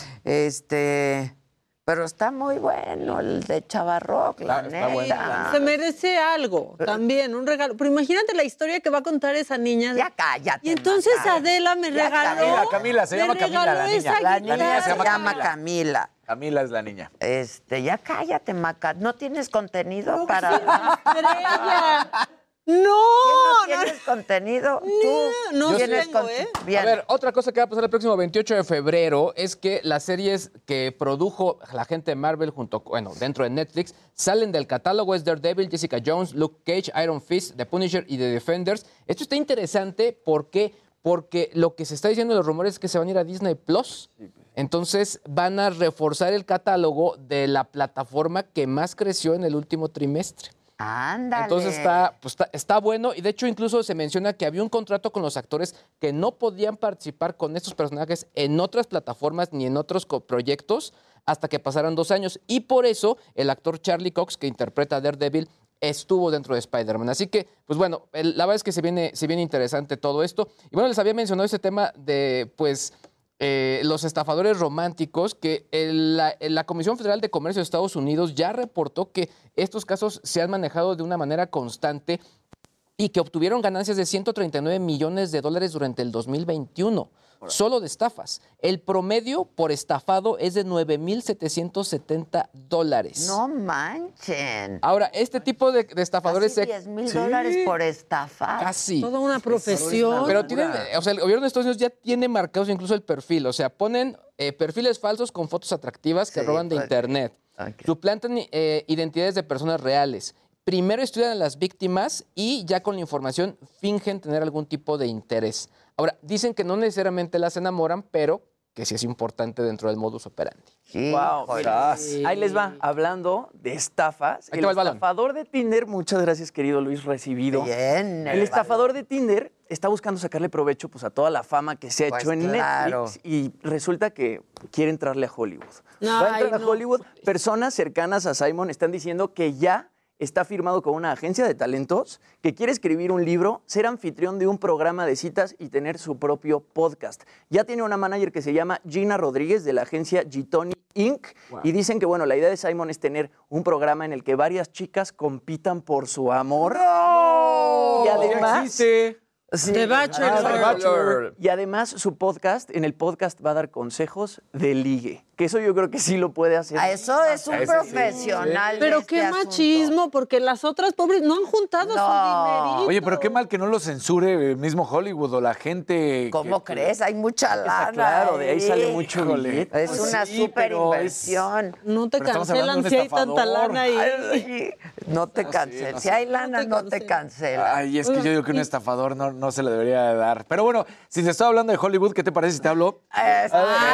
Este, pero está muy bueno el de Chavarrock, la Está- está neta. bueno, la Se merece algo también, un regalo. Pero imagínate la historia que va a contar esa niña. Ya cállate. Y entonces Maca. Adela me Ya, regaló. Camila, Camila, se me llama Camila, regaló la niña. esa La guitarra. niña se llama Camila. Camila. Camila es la niña. Este, ya cállate, Maca. ¿No tienes contenido para...? Estrella. No, ¿Qué, no no, tienes contenido? Tú no tienes tengo, con- ¿eh? Bien. A ver, otra cosa que va a pasar el próximo veintiocho de febrero es que las series que produjo la gente de Marvel junto, bueno, dentro de Netflix, salen del catálogo. Es Daredevil, Jessica Jones, Luke Cage, Iron Fist, The Punisher y The Defenders. Esto está interesante porque, porque lo que se está diciendo en los rumores es que se van a ir a Disney Plus. Entonces van a reforzar el catálogo de la plataforma que más creció en el último trimestre. Ándale. Entonces está, pues está, está bueno y de hecho incluso se menciona que había un contrato con los actores que no podían participar con estos personajes en otras plataformas ni en otros co- proyectos hasta que pasaran dos años y por eso el actor Charlie Cox que interpreta a Daredevil estuvo dentro de Spider-Man. Así que, pues bueno, el- la verdad es que se viene, se viene interesante todo esto. Y bueno, les había mencionado ese tema de, pues... Eh, los estafadores románticos, que el- la, la Comisión Federal de Comercio de Estados Unidos ya reportó que estos casos se han manejado de una manera constante y que obtuvieron ganancias de ciento treinta y nueve millones de dólares durante el dos mil veintiuno. solo de estafas. El promedio por estafado es de nueve mil setecientos setenta dólares. No manchen. Ahora, este tipo de, de estafadores... Casi diez mil dólares por estafa. Casi. Toda una profesión. Pero tienen, o sea, el gobierno de Estados Unidos ya tiene marcados incluso el perfil. O sea, ponen eh, perfiles falsos con fotos atractivas que Sí, roban de pues, internet. okay. Suplantan eh, identidades de personas reales. Primero estudian a las víctimas y ya con la información fingen tener algún tipo de interés. Ahora, dicen que no necesariamente las enamoran, pero que sí es importante dentro del modus operandi. Wow, mira, ahí les va, hablando de estafas. Ahí El te va el balón. estafador de Tinder, muchas gracias, querido Luis, recibido. Bien, El el estafador de Tinder está buscando sacarle provecho pues, a toda la fama que se ha Pues hecho en claro. Netflix y resulta que quiere entrarle a Hollywood. Ay, Va a entrar a no. Hollywood. Personas cercanas a Simon están diciendo que ya está firmado con una agencia de talentos que quiere escribir un libro, ser anfitrión de un programa de citas y tener su propio podcast. Ya tiene una manager que se llama Gina Rodríguez de la agencia Gitoni incorporated. Wow. Y dicen que, bueno, la idea de Simon es tener un programa en el que varias chicas compitan por su amor. ¡No! Y además... existe. Sí. The Bachelor. Ah, The Bachelor. Y además su podcast, en el podcast va a dar consejos de ligue. Que eso yo creo que sí lo puede hacer. A eso es un Ese sí. profesional. de Pero este qué asunto. machismo, porque las otras pobres no han juntado No. su dinerito. Oye, pero qué mal que no lo censure el mismo Hollywood o la gente. ¿Cómo que- crees? Hay mucha Está lana. claro, de ahí sale mucho Híjole. billete. Es Pues una sí, super pero es- inversión. No te Pero estamos hablando cancelan de si un hay tanta estafador. lana ahí. Ay, no te No, sí, cancelan. no Si sé. hay lana, No te no te cancela. Ay, es que yo digo que un estafador no, no se le debería de dar. Pero bueno, si te estoy hablando de Hollywood, ¿qué te parece si te hablo? Es-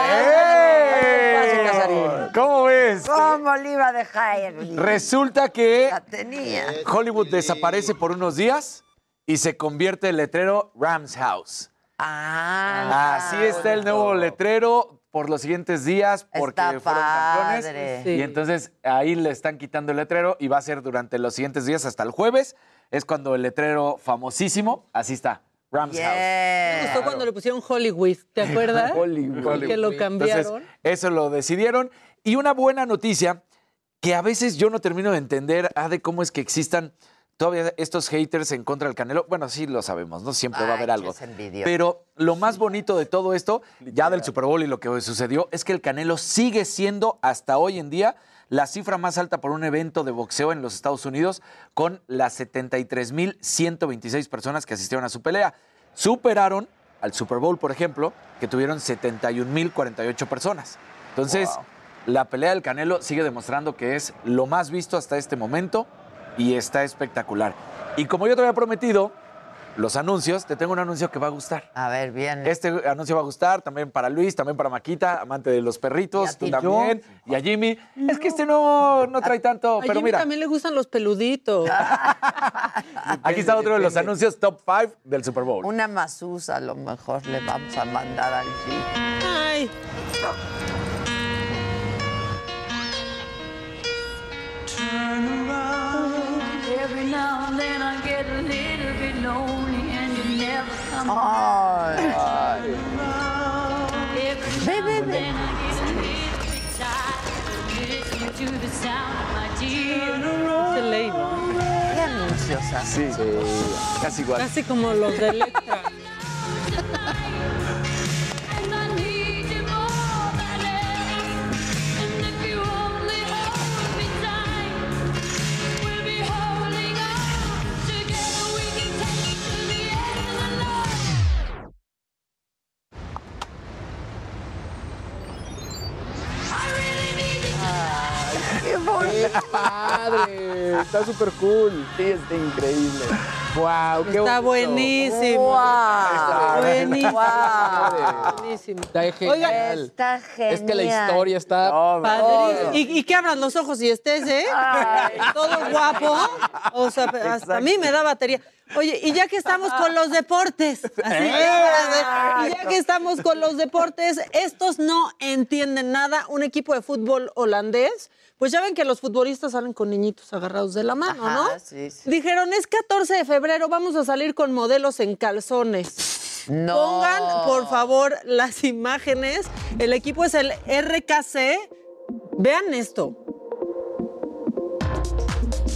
¡Ey! ¿Cómo ves? ¿Cómo le iba a dejar? Resulta que La tenía. Hollywood desaparece por unos días y se convierte en letrero Rams House. Ah, Así está el nuevo letrero por los siguientes días porque Está fueron campeones. padre. Sí. Y entonces ahí le están quitando el letrero y va a ser durante los siguientes días hasta el jueves. Es cuando el letrero famosísimo, así está, Rams House. Me Yeah. gustó cuando le pusieron Hollywood, ¿te acuerdas? Hollywood. Que lo cambiaron. Entonces, eso lo decidieron. Y una buena noticia que a veces yo no termino de entender ah, de cómo es que existan todavía estos haters en contra del Canelo. Bueno, sí lo sabemos, ¿no? Siempre va a haber Ay, algo. es envidioso. Pero lo más bonito de todo esto, ya del Super Bowl y lo que sucedió, es que el Canelo sigue siendo hasta hoy en día la cifra más alta por un evento de boxeo en los Estados Unidos, con las setenta y tres mil ciento veintiséis personas que asistieron a su pelea. Superaron al Super Bowl, por ejemplo, que tuvieron setenta y un mil cuarenta y ocho personas. Entonces, wow. La pelea del Canelo sigue demostrando que es lo más visto hasta este momento y está espectacular. Y como yo te había prometido, los anuncios, te tengo un anuncio que va a gustar. A ver, bien. Este anuncio va a gustar también para Luis, también para Maquita, amante de los perritos, tú también, y a Jimmy. No. Es que este no, no trae tanto, a pero Jimmy mira. también le gustan los peluditos. Aquí está otro de los anuncios top cinco del Super Bowl. Una masusa a lo mejor le vamos a mandar al Jimmy. Ay. Turn around. Every now and then I get a little bit lonely and you never come Ay. around. Every now and then I get a little bit tired listening to the sound of my tears. Se le iba. ¿Qué anuncios así? Sí, sí, casi igual. Casi como los de Electra. ¡Qué bonito! ¡Qué padre! Está súper cool. Sí, está increíble. ¡Wow! Qué Está bonito. buenísimo. Wow. Buenísimo. Wow. Buenísimo. Está genial. Oiga, está genial. Es que la historia está... No, padrísimo. Y, y que abras los ojos y estés, ¿eh? Ay. Todo guapo. O sea, hasta Exacto. a mí me da batería. Oye, y ya que estamos con los deportes, así, y ya que estamos con los deportes, estos no entienden nada. Un equipo de fútbol holandés, pues ya ven que los futbolistas salen con niñitos agarrados de la mano, Ajá, ¿no? sí, sí. Dijeron, es catorce de febrero, vamos a salir con modelos en calzones. No. Pongan, por favor, las imágenes. El equipo es el R K C. Vean esto.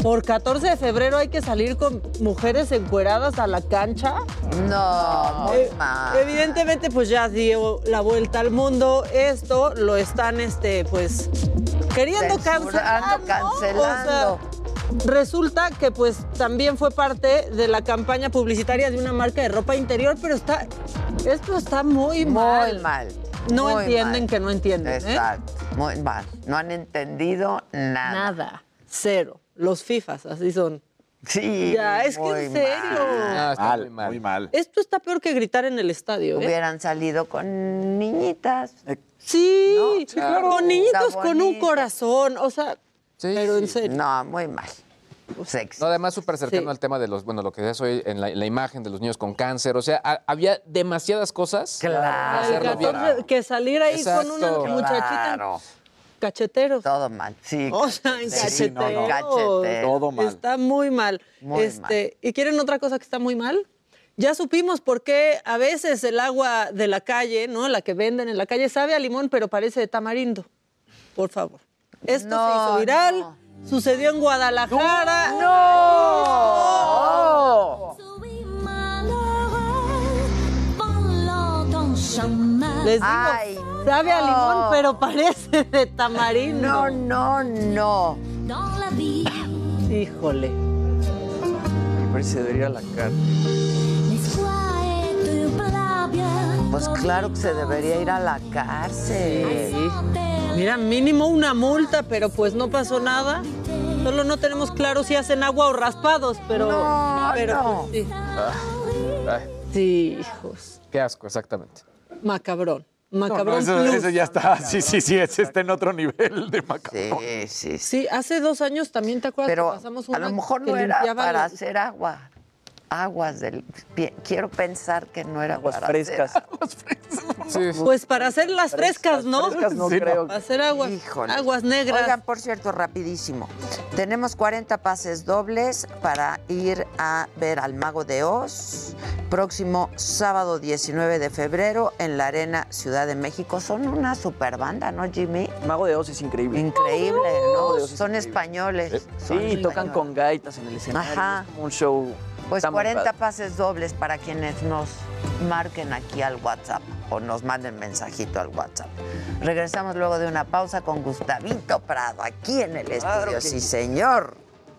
¿Por catorce de febrero hay que salir con mujeres encueradas a la cancha? No, muy Eh, mal. Evidentemente, pues ya dio la vuelta al mundo. Esto lo están, este, pues, queriendo cancelar, Censurando, ¿no? cancelando. O sea, resulta que, pues, también fue parte de la campaña publicitaria de una marca de ropa interior, pero está, esto está muy, mal. Muy mal. No muy entienden mal. que no entienden, ¿eh? Exacto, muy mal. No han entendido nada. Nada, cero. Los FIFAs, así son. Sí, Ya, es que muy en serio. mal. No, está muy mal. Muy mal. Esto está peor que gritar en el estadio, ¿eh? Hubieran salido con niñitas. Sí, ¿No? Sí, claro. con niñitos Está con un bonito. corazón, o sea, pero en serio. No, muy mal. Sexy. No, además súper cercano Sí. al tema de los, bueno, lo que decías hoy en la, en la imagen de los niños con cáncer. O sea, a- había demasiadas cosas Claro. para El hacerlo bien. catorce, que salir ahí con una Exacto. muchachita en Claro. cacheteros. Todo mal, sí. O sea, en Sí, cacheteros. sí, no, no. Cacheteros. Todo mal. Está muy mal. Muy este, ¿Y quieren otra cosa que está muy mal? Ya supimos por qué a veces el agua de la calle, ¿no? La que venden en la calle, sabe a limón, pero parece de tamarindo. Por favor. Esto No, se hizo viral, no. sucedió en Guadalajara. ¡No! Les digo, Ay, sabe a no. limón, pero parece de tamarindo. No, no, no. Híjole. Me parece que debería ir a la cárcel. Pues claro que se debería ir a la cárcel. Sí. Mira, mínimo una multa, pero pues no pasó nada. Solo no tenemos claro si hacen agua o raspados, pero... No, pero no. pues, sí. Ay, Sí, hijos. qué asco, exactamente. Macabrón. No, no, Macabrón eso, plus. eso ya está. Sí, sí, sí, ese está en otro nivel de macabrón. Sí, sí, sí. Sí, hace dos años también, ¿te acuerdas Pero que pasamos a una lo mejor que no era limpiaba para la- hacer agua. Aguas del... pi- Quiero pensar que no era Aguas para frescas. hacer Sí. Pues para hacer las frescas, ¿no? Frescas no Sí, creo. Para hacer aguas, Híjole. aguas negras. Oigan, por cierto, rapidísimo. Tenemos cuarenta pases dobles para ir a ver al Mago de Oz. Próximo sábado diecinueve de febrero en la Arena Ciudad de México. Son una super banda, ¿no, Jimmy? Mago de Oz es increíble. Increíble, Mago ¿no? de Oz es Son increíble. españoles. Son Sí, tocan españoles. con gaitas en el escenario. Ajá. Es como un show. Pues Está muy cuarenta padre. pases dobles para quienes nos marquen aquí al WhatsApp o nos manden mensajito al WhatsApp. Regresamos luego de una pausa con Gustavito Prado aquí en el Claro estudio. que Sí, sí. señor.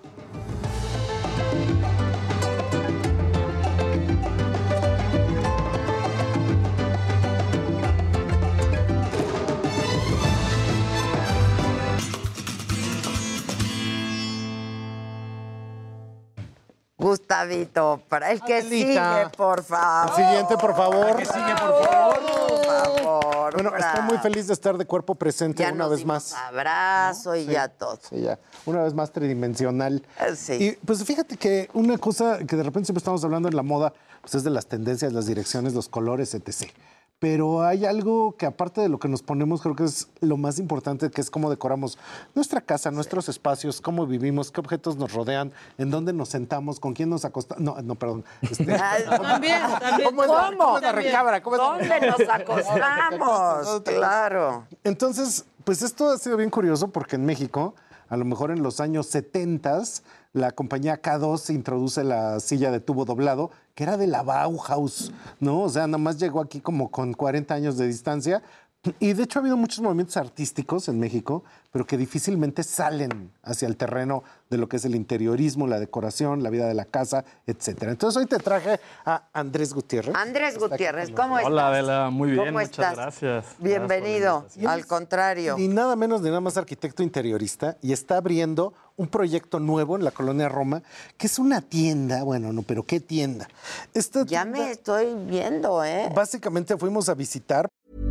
Gustavito, para el que Angelita. sigue, por favor. El siguiente, por favor. Que sigue, por favor. Por favor. Bueno, estoy bravo. muy feliz de estar de cuerpo presente Ya una nos vez dimos más. abrazo y Sí, ya todo. Sí, ya. Una vez más tridimensional. Eh, sí. Y pues fíjate que una cosa que de repente siempre estamos hablando en la moda, pues es de las tendencias, las direcciones, los colores, etcétera. Pero hay algo que aparte de lo que nos ponemos, creo que es lo más importante, que es cómo decoramos nuestra casa, nuestros espacios, cómo vivimos, qué objetos nos rodean, en dónde nos sentamos, con quién nos acostamos. No, no, perdón. Este, También, también. ¿Cómo es la- ¿Cómo? cómo es la recámara? ¿Cómo es la- ¿Dónde nos acostamos? Claro. Entonces, pues esto ha sido bien curioso porque en México, a lo mejor en los años setenta, la compañía K dos introduce la silla de tubo doblado, que era de la Bauhaus, ¿no? O sea, nada más llegó aquí como con cuarenta años de distancia. Y de hecho ha habido muchos movimientos artísticos en México, pero que difícilmente salen hacia el terreno de lo que es el interiorismo, la decoración, la vida de la casa, etcétera. Entonces hoy te traje a Andrés Gutiérrez. Andrés Gutiérrez, ¿cómo estás? Hola, Adela, muy bien, ¿Cómo muchas estás? gracias. Bienvenido. Al contrario. Ni nada menos ni nada más arquitecto interiorista y está abriendo un proyecto nuevo en la colonia Roma, que es una tienda, bueno, no, pero ¿qué tienda? Esta Ya me estoy viendo, ¿eh? Básicamente fuimos a visitar.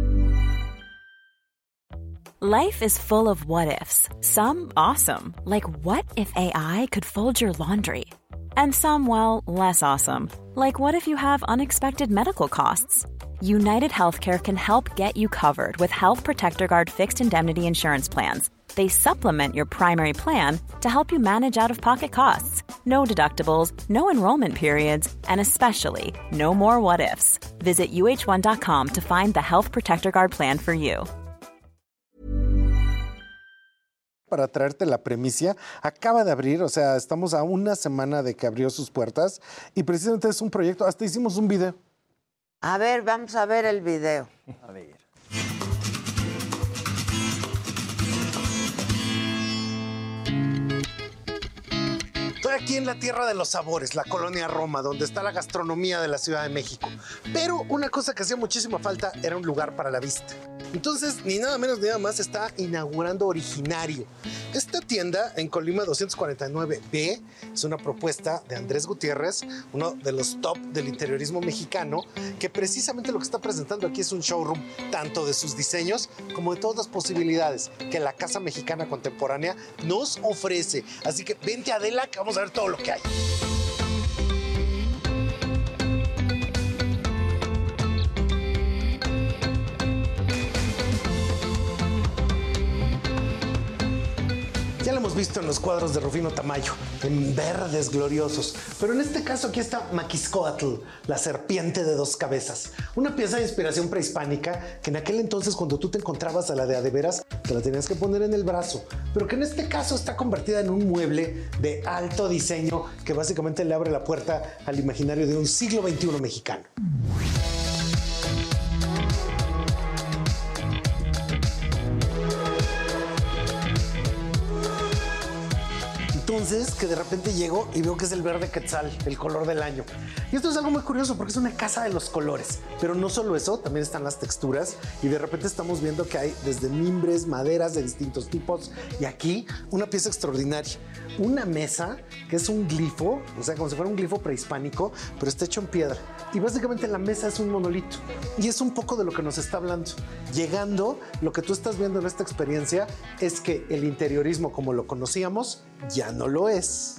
Life is full of what ifs. Some awesome, like what if A I could fold your laundry? And some, well, less awesome, like what if you have unexpected medical costs? United Healthcare can help get you covered with Health Protector Guard fixed indemnity insurance plans. They supplement your primary plan to help you manage out-of-pocket costs. No deductibles, no enrollment periods, and especially no more what ifs. Visit U H one dot com to find the Health Protector Guard plan for you. para traerte la premicia. Acaba de abrir, o sea, estamos a una semana de que abrió sus puertas y precisamente es un proyecto, hasta hicimos un video. A ver, vamos a ver el video. A ver. Estoy aquí en la tierra de los sabores, la colonia Roma, donde está la gastronomía de la Ciudad de México. Pero una cosa que hacía muchísima falta era un lugar para la vista. Entonces, ni nada menos ni nada más, está inaugurando Originario. Esta tienda en Colima doscientos cuarenta y nueve B es una propuesta de Andrés Gutiérrez, uno de los top del interiorismo mexicano, que precisamente lo que está presentando aquí es un showroom tanto de sus diseños como de todas las posibilidades que la Casa Mexicana Contemporánea nos ofrece. Así que vente, Adela, que vamos a ver todo lo que hay. Ya lo hemos visto en los cuadros de Rufino Tamayo, en verdes gloriosos. Pero en este caso aquí está Maquiscoatl, la serpiente de dos cabezas. Una pieza de inspiración prehispánica que en aquel entonces, cuando tú te encontrabas a la de a de veras, te la tenías que poner en el brazo. Pero que en este caso está convertida en un mueble de alto diseño que básicamente le abre la puerta al imaginario de un siglo veintiuno mexicano. Entonces, que de repente llego y veo que es el verde quetzal, el color del año. Y esto es algo muy curioso porque es una casa de los colores. Pero no solo eso, también están las texturas y de repente estamos viendo que hay desde mimbres, maderas de distintos tipos y aquí una pieza extraordinaria. Una mesa que es un glifo, o sea, como si fuera un glifo prehispánico, pero está hecho en piedra. Y básicamente la mesa es un monolito. Y es un poco de lo que nos está hablando. Llegando, lo que tú estás viendo en esta experiencia es que el interiorismo como lo conocíamos ya no lo es.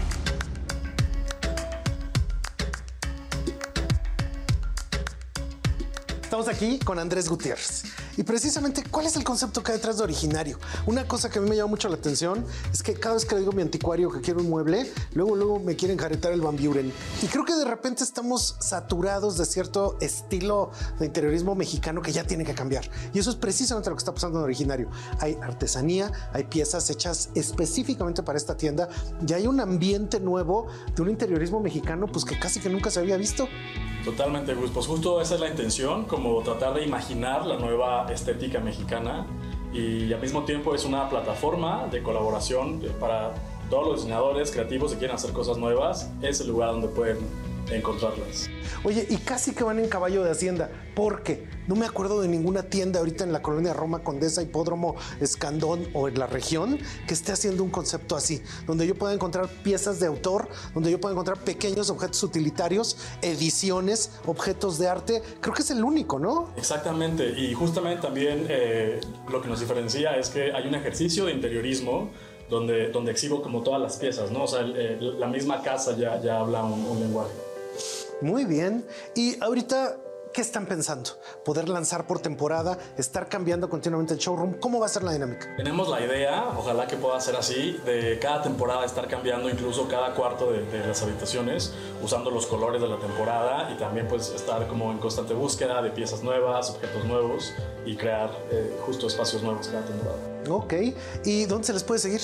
Estamos aquí con Andrés Gutiérrez. Y precisamente, ¿cuál es el concepto que hay detrás de Originario? Una cosa que a mí me llama mucho la atención es que cada vez que le digo a mi anticuario que quiero un mueble, luego, luego me quieren jaretar el Van Buren. Y creo que de repente estamos saturados de cierto estilo de interiorismo mexicano que ya tiene que cambiar. Y eso es precisamente lo que está pasando en Originario. Hay artesanía, hay piezas hechas específicamente para esta tienda y hay un ambiente nuevo de un interiorismo mexicano pues que casi que nunca se había visto. Totalmente, Gus. Pues justo esa es la intención, como tratar de imaginar la nueva estética mexicana y al mismo tiempo es una plataforma de colaboración para todos los diseñadores creativos que quieren hacer cosas nuevas. Es el lugar donde pueden encontrarlas. Oye, y casi que van en caballo de Hacienda, porque no me acuerdo de ninguna tienda ahorita en la colonia Roma, Condesa, Hipódromo, Escandón o en la región que esté haciendo un concepto así, donde yo pueda encontrar piezas de autor, donde yo pueda encontrar pequeños objetos utilitarios, ediciones, objetos de arte. Creo que es el único, ¿no? Exactamente, y justamente también eh, lo que nos diferencia es que hay un ejercicio de interiorismo donde, donde exhibo como todas las piezas, ¿no? O sea, el, el, la misma casa ya, ya habla un, un lenguaje. Muy bien. Y ahorita, ¿qué están pensando? ¿Poder lanzar por temporada? ¿Estar cambiando continuamente el showroom? ¿Cómo va a ser la dinámica? Tenemos la idea, ojalá que pueda ser así, de cada temporada estar cambiando incluso cada cuarto de, de las habitaciones, usando los colores de la temporada y también pues estar como en constante búsqueda de piezas nuevas, objetos nuevos y crear eh, justo espacios nuevos cada temporada. Ok. ¿Y dónde se les puede seguir?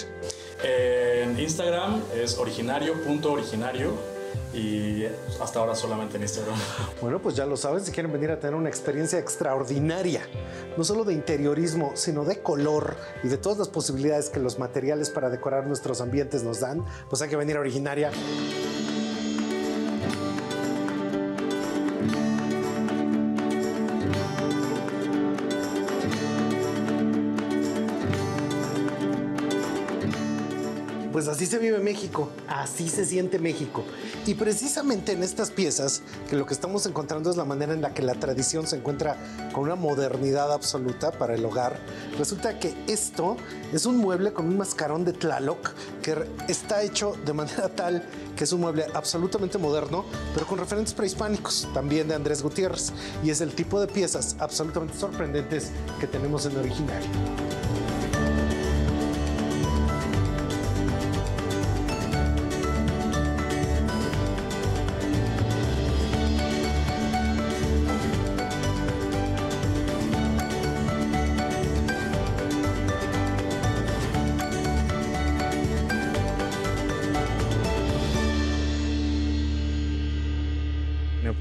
En Instagram es originario punto originario. Y hasta ahora solamente en Instagram. Bueno, pues ya lo sabes, si quieren venir a tener una experiencia extraordinaria, no solo de interiorismo, sino de color y de todas las posibilidades que los materiales para decorar nuestros ambientes nos dan, pues hay que venir a Originaria. Pues así se vive México, así se siente México. Y precisamente en estas piezas, que lo que estamos encontrando es la manera en la que la tradición se encuentra con una modernidad absoluta para el hogar. Resulta que esto es un mueble con un mascarón de Tlaloc que está hecho de manera tal que es un mueble absolutamente moderno, pero con referentes prehispánicos, también de Andrés Gutiérrez. Y es el tipo de piezas absolutamente sorprendentes que tenemos en Originario.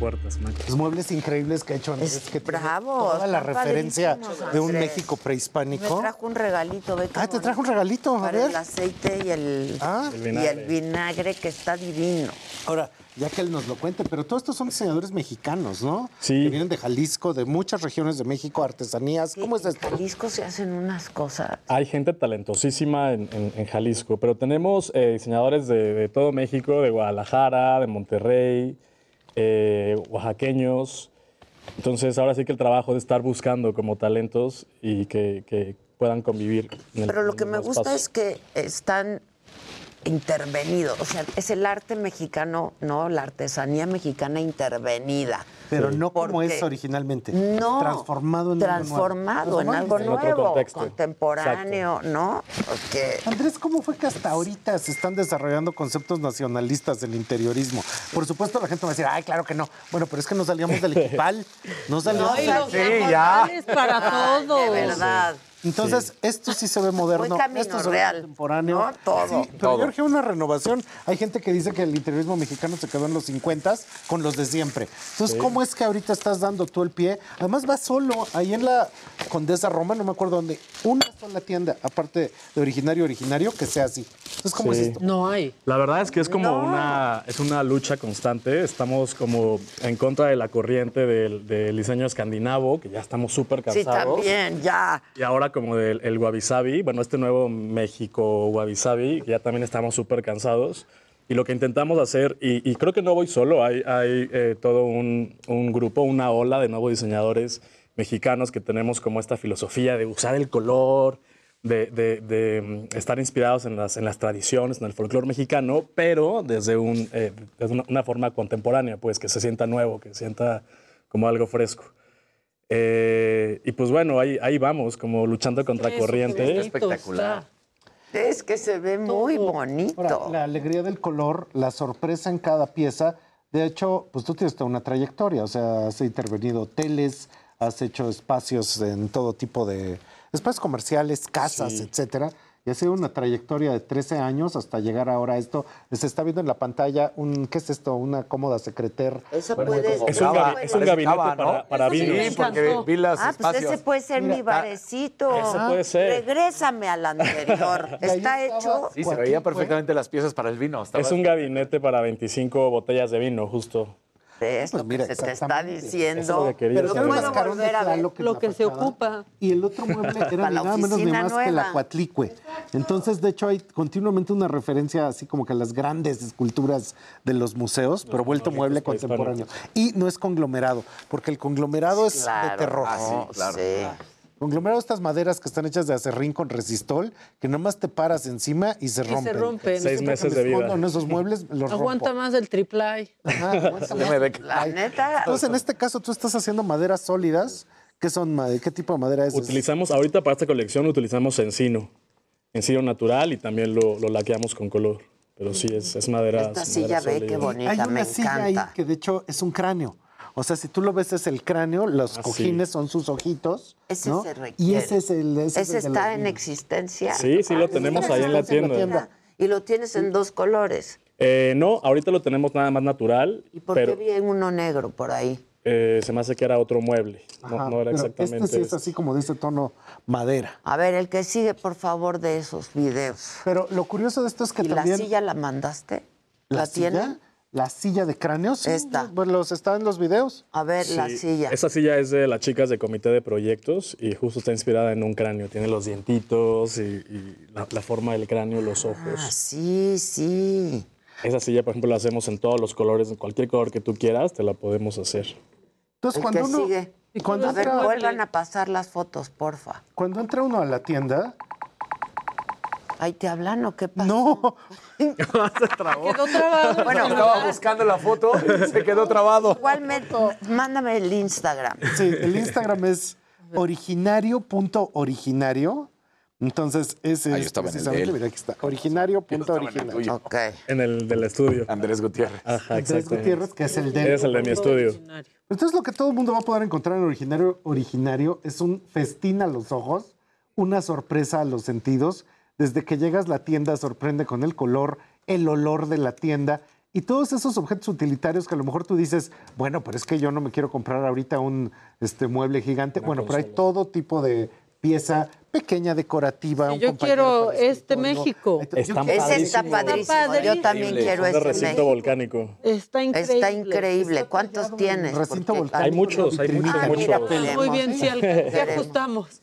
puertas. ¿no? Los muebles increíbles que ha hecho Andrés. Es que tiene bravo, Toda la están referencia padrísimos, de un Andrés. México Me prehispánico. trajo un regalito, ve qué Ah, te trajo un bonito. regalito, a Para ver. el aceite y el, Ah. El y vinagre. el vinagre que está divino. Ahora, ya que él nos lo cuente, pero todos estos son diseñadores mexicanos, ¿no? Sí. Que vienen de Jalisco, de muchas regiones de México, artesanías. ¿Cómo es esto? En Jalisco se hacen unas cosas. Hay gente talentosísima en, en- en Jalisco, pero tenemos eh, diseñadores de, de todo México, de Guadalajara, de Monterrey, eh, oaxaqueños. Entonces, ahora sí que el trabajo de estar buscando como talentos y que, que puedan convivir. en el- Pero lo en que el me mismo gusta espacio. es que están intervenidos. O sea, es el arte mexicano, ¿no? La artesanía mexicana intervenida. Pero no como Porque- es originalmente. No. Transformado en Transformado en algo algo nuevo. En otro nuevo, contexto. contemporáneo, ¿no? Porque Andrés, ¿cómo fue que hasta ahorita se están desarrollando conceptos nacionalistas del interiorismo? Por supuesto, la gente va a decir, ay, claro que no. Bueno, pero es que nos salíamos del equipal. No salíamos Ay, del- los normales para todos. de verdad. Entonces, esto sí se ve moderno. Muy camino esto se ve real, contemporáneo. ¿no? Todo. Sí, pero Todo. yo urge una renovación. Hay gente que dice que el interiorismo mexicano se quedó en los cincuenta con los de siempre. Entonces, Sí. ¿cómo es que ahorita estás dando tú el pie? Además, vas solo. Ahí en la Condesa Roma, no me acuerdo dónde, una sola tienda, aparte de originario, originario, que sea así. Entonces, ¿cómo Sí. es esto? No hay. La verdad es que es como una, es una lucha constante. Estamos como en contra de la corriente del, del diseño escandinavo, que ya estamos súper Sí, cansados. también, ya. Y ahora como del el wabi sabi, bueno, este nuevo México wabi sabi, que ya también estamos súper cansados. Y lo que intentamos hacer, y, y creo que no voy solo, hay, hay eh, todo un, un grupo, una ola de nuevos diseñadores mexicanos que tenemos como esta filosofía de usar el color, de, de- de, mm, estar inspirados en las, en las tradiciones, en el folclore mexicano, pero desde, un, eh, desde una, una forma contemporánea, pues que se sienta nuevo, que se sienta como algo fresco. Eh, y pues bueno, ahí, ahí vamos, como luchando contra Eso, corriente. qué bonito está. Es que se ve muy bonito. Ahora, la alegría del color, la sorpresa en cada pieza. De hecho, pues tú tienes toda una trayectoria. O sea, has intervenido hoteles, has hecho espacios en todo tipo de espacios comerciales, casas, Sí. etcétera. Y ha sido una trayectoria de trece años hasta llegar ahora a esto. Se está viendo en la pantalla un, ¿qué es esto? Una cómoda secreter. Eso Bueno, puede como Es un, Cava, gabi- es un parece gabinete Cava, ¿no? para, para Eso sí vinos. me Sí, porque encantó. vi los Ah, pues espacios. ese puede ser Mira, mi barecito. ese puede ser. Regrésame al anterior. Y ahí Está estaba- hecho. Sí, se Joaquín veía fue- perfectamente las piezas para el vino. Estaba- Es un gabinete para veinticinco botellas de vino, justo. de esto Pues mira, que se te está exactamente. Eso es diciendo. lo que quería Pero hacer. tiene puedo el mascarón de volver a ver Tlaloc en lo la que se fachada, ocupa. Y el otro mueble era Para ni la nada menos ni oficina más que nueva. la Coatlicue. Entonces, de hecho, hay continuamente una referencia así como que a las grandes esculturas de los museos, pero vuelto mueble prehispánicos. contemporáneo. Y no es conglomerado, porque el conglomerado es Claro. de terror. Ah, sí, claro. sí. Conglomerado, estas maderas que están hechas de acerrín con resistol, que nomás te paras encima y se se rompen. rompen. Seis Siempre meses que me de vida. escondo en esos muebles, los Aguanta rompo. más del triplay. Ajá, aguanta Ya más. me ve que- La neta. Entonces, en este caso, tú estás haciendo maderas sólidas. ¿Qué son? ma- ¿Qué tipo de madera es? Utilizamos, ahorita para esta colección utilizamos encino. Encino natural y también lo, lo laqueamos con color. Pero sí, es, es madera. Esta es silla madera ve qué sólida. bonita, Hay una me silla ahí encanta. que de hecho es un cráneo. O sea, si tú lo ves es el cráneo, los Ah, cojines sí. son sus ojitos. Ese ¿no? se requiere. Y ese es el. Ese, Ese es el de está los en vinos. existencia. Sí, sí, lo tenemos ahí en la tienda. Y lo tienes en dos colores. Eh, no, ahorita lo tenemos nada más natural, ¿Y por pero qué vi uno negro por ahí? eh, se me hace que era otro mueble. No, Ajá, no era pero exactamente este sí es este. así como de ese tono madera. A ver, el que sigue, por favor, de esos videos. Pero lo curioso de esto es que ¿Y también. la silla la mandaste? ¿La, ¿La silla? tienen? La silla de cráneos. Sí, Esta. Pues los está en los videos. A ver, la Sí, silla. Esa silla es de las chicas de comité de proyectos y justo está inspirada en un cráneo. Tiene los dientitos y, y la, la forma del cráneo, los ojos. Ah, sí, sí. Esa silla, por ejemplo, la hacemos en todos los colores, en cualquier color que tú quieras, te la podemos hacer. Entonces, El cuando que uno. sigue. Cuando A ver, entra, vuelvan a pasar las fotos, porfa. cuando entra uno a la tienda. ¿Ahí te hablan o qué pasa? No. Se trabó. Quedó trabado. Bueno, Estaba buscando la foto y se quedó trabado. igualmente, mándame el Instagram. Sí, el Instagram es originario.originario. Entonces, ese Ah, yo es estaba en el de precisamente, él. mira, aquí está, Yo estaba en el originario.originario. tuyo. Ok. En el del estudio. Andrés Gutiérrez. Ajá, Andrés exacto. Gutiérrez, que es el de... Es el de mi estudio. Entonces, lo que todo el mundo va a poder encontrar en originario originario es un festín a los ojos, una sorpresa a los sentidos. Desde que llegas, la tienda sorprende con el color, el olor de la tienda, Y todos esos objetos utilitarios que a lo mejor tú dices, bueno, pero es que yo no me quiero comprar ahorita un este, mueble gigante. Una bueno, pero hay consola. todo tipo de pieza pequeña, decorativa. Sí, un yo compañero quiero para el este escritorio. México. Están Ese está padrísimos. padrísimo. Yo también Increíble. quiero Son de este recinto México. volcánico. Está increíble. Está increíble. ¿Cuántos tienes? Recinto Porque- volcánico. Hay muchos, hay muchos, Ah, muchos. mira, Muy queremos. bien, sí, al- sí Queremos. ajustamos.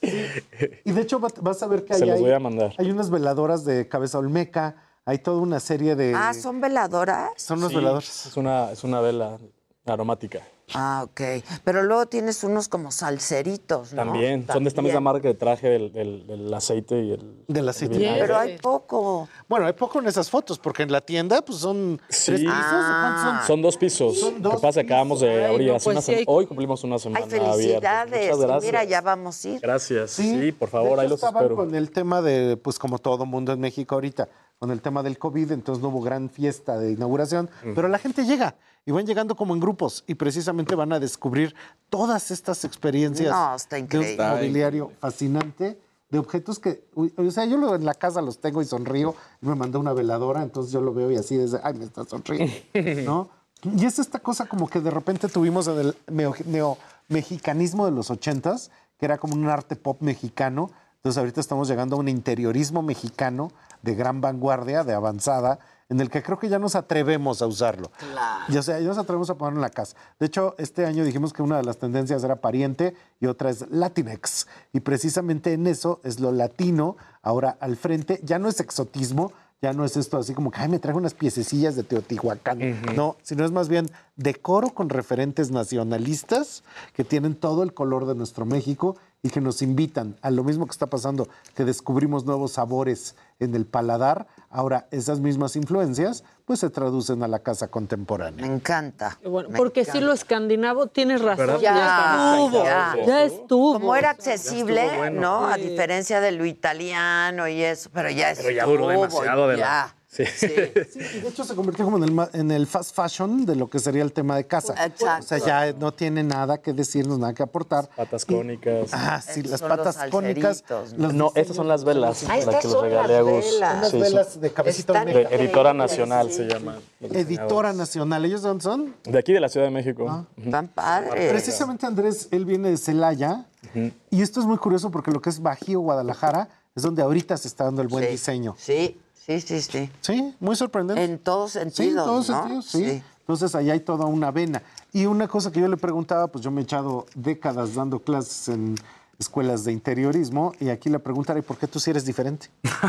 Y de hecho va- vas a ver que Se hay, los voy hay- a mandar. hay unas veladoras de cabeza olmeca, hay toda una serie de... Ah, ¿son veladoras? Son unos Sí, veladores. Es una, es una vela aromática. Ah, ok. Pero luego tienes unos como salseritos, ¿no? También. Son de esta misma marca de traje del, del- del aceite y el... Del aceite. el vinagre. Pero hay poco. Bueno, hay poco en esas fotos, porque en la tienda pues son Sí. tres pisos. ¿o cuántos son? Son dos pisos. Son Lo dos que pasa es que acabamos de Ay, abrir no, hace pues una sí sema- hay- Hoy cumplimos una Ay, semana abierta. felicidades. Muchas gracias. Mira, ya vamos a ir. Gracias. Sí, por favor, De ahí hecho, los estaban espero. con el tema de, pues como todo mundo en México ahorita, con el tema del COVID, entonces no hubo gran fiesta de inauguración, pero la gente llega y van llegando como en grupos y precisamente van a descubrir todas estas experiencias No, está de increíble. un mobiliario fascinante, de objetos que, uy, o sea, yo lo- en la casa los tengo y sonrío, y me mandó una veladora, entonces yo lo veo y así desde, ay, me está sonriendo, ¿no? Y es esta cosa como que de repente tuvimos en el neo, neo- mexicanismo de los ochentas, que era como un arte pop mexicano. Entonces ahorita estamos llegando a un interiorismo mexicano de gran vanguardia, de avanzada, en el que creo que ya nos atrevemos a usarlo. Claro. Y, o sea, ya nos atrevemos a ponerlo en la casa. De hecho, este año dijimos que una de las tendencias era pariente y otra es Latinex. Y precisamente en eso es lo latino ahora al frente. Ya no es exotismo, ya no es esto así como que, ay, me traigo unas piececillas de Teotihuacán. No, sino es más bien decoro con referentes nacionalistas que tienen todo el color de nuestro México y que nos invitan a lo mismo que está pasando, que descubrimos nuevos sabores en el paladar. Ahora, esas mismas influencias pues se traducen a la casa contemporánea. Me encanta. Bueno, me porque encanta. sí lo escandinavo, tienes razón, ¿Verdad? ya, Ya, estuvo, ya. ya estuvo. Como era accesible, Ya estuvo bueno. ¿no? A Sí. diferencia de lo italiano y eso, pero ya Pero ya duró estuvo, demasiado de la- ya. Sí. Sí. Sí, y de hecho se convirtió como en el, ma- en el fast fashion de lo que sería el tema de casa. Exacto. O sea, ya no tiene nada que decirnos, nada que aportar. Patas cónicas. Ah, sí, Estos las son patas los cónicas. salseritos, los No, diseños- estas son las velas. Ah, las estas que les son regalé a las Gus. velas. Unas Sí, son- velas de cabecita Están olmeca. de Editora increíbles, Nacional sí. se llama. los Editora diseñadores. Nacional. ¿Ellos de dónde son? De aquí de la Ciudad de México. Ujú. Tan padres. Precisamente Andrés, él viene de Celaya. Y esto es muy curioso porque lo que es Bajío, Guadalajara, es donde ahorita se está dando el buen Sí. diseño. Sí, sí, sí, sí. Sí, muy sorprendente. En todos Sí, en sentidos, todos ¿no? sentidos, sí. Entonces, allá hay toda una vena. Y una cosa que yo le preguntaba, pues yo me he echado décadas dando clases en escuelas de interiorismo, y aquí la pregunta era, ¿y por qué tú sí eres diferente?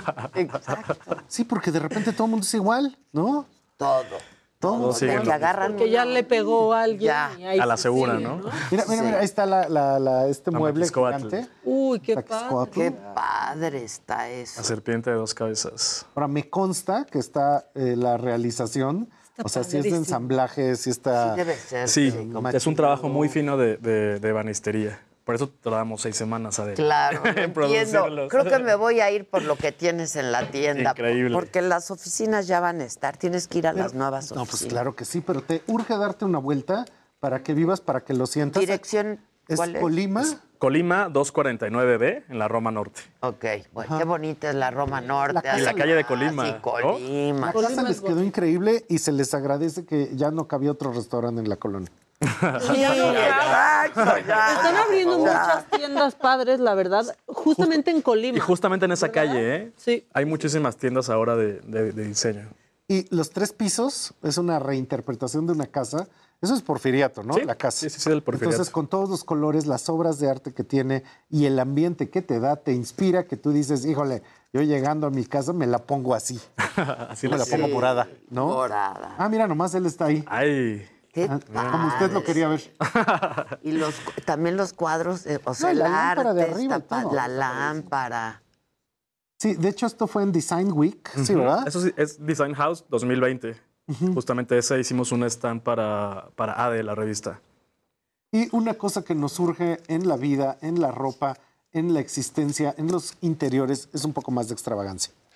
Exacto. Sí, porque de repente todo el mundo es igual, ¿no? Todo. Todo el mundo sí, es igual. Que agarran Porque ya le pegó a alguien. Ya. y ahí A la sí segura, sigue, ¿no? Mira, mira, mira, ahí está la, la- la- este La mueble Maquiscoatl. gigante. Uy, qué padre. Taquiscoatl. Qué padre está eso. La serpiente de dos cabezas. Ahora, me consta que está eh, la realización, o sea, si es de padrísimo. ensamblaje, si está... Sí debe ser. Sí, como- es un trabajo muy fino de, de, de ebanistería. Por eso tardamos seis semanas a Claro, lo en entiendo. producirlos. Creo que me voy a ir por lo que tienes en la tienda. Increíble. Porque las oficinas ya van a estar. Tienes que ir a las nuevas No, oficinas. pues claro que sí, pero te urge darte una vuelta para que vivas, para que lo sientas. Dirección, Es ¿cuál es? Colima. Colima doscientos cuarenta y nueve B, en la Roma Norte. Ok, bueno, qué bonita es la Roma Norte. La casa- Y la calle de Colima, Sí, ¿no? Colima. La Colima casa es les quedó bonito. increíble y se les agradece que ya no cabía otro restaurante en la colonia. Sí, Exacto, ya. están abriendo Ya. muchas tiendas padres, la verdad, justamente en Colima. Y justamente en esa calle, ¿eh? Sí. Hay muchísimas tiendas ahora de, de- de diseño. Y los tres pisos es una reinterpretación de una casa. Eso es porfiriato, ¿no? Sí, La casa. sí, sí, sí, del porfiriato. Entonces, con todos los colores, las obras de arte que tiene y el ambiente que te da, te inspira, que tú dices, híjole, yo llegando a mi casa me la pongo así. Así me la les- pongo morada, ¿no? Morada. Ah, mira, nomás él está ahí. Ay, Qué Ah, como usted lo padres. quería ver. Y los, también los cuadros, eh, o sea, No, la el lámpara arte, de arriba está y pa- todo. la lámpara. Sí, de hecho, esto fue en Design Week, sí, ¿verdad? Eso sí, es Design House dos mil veinte. Justamente ese hicimos un stand para, para A D E, la revista. Y una cosa que nos surge en la vida, en la ropa, en la existencia, en los interiores, es un poco más de extravagancia.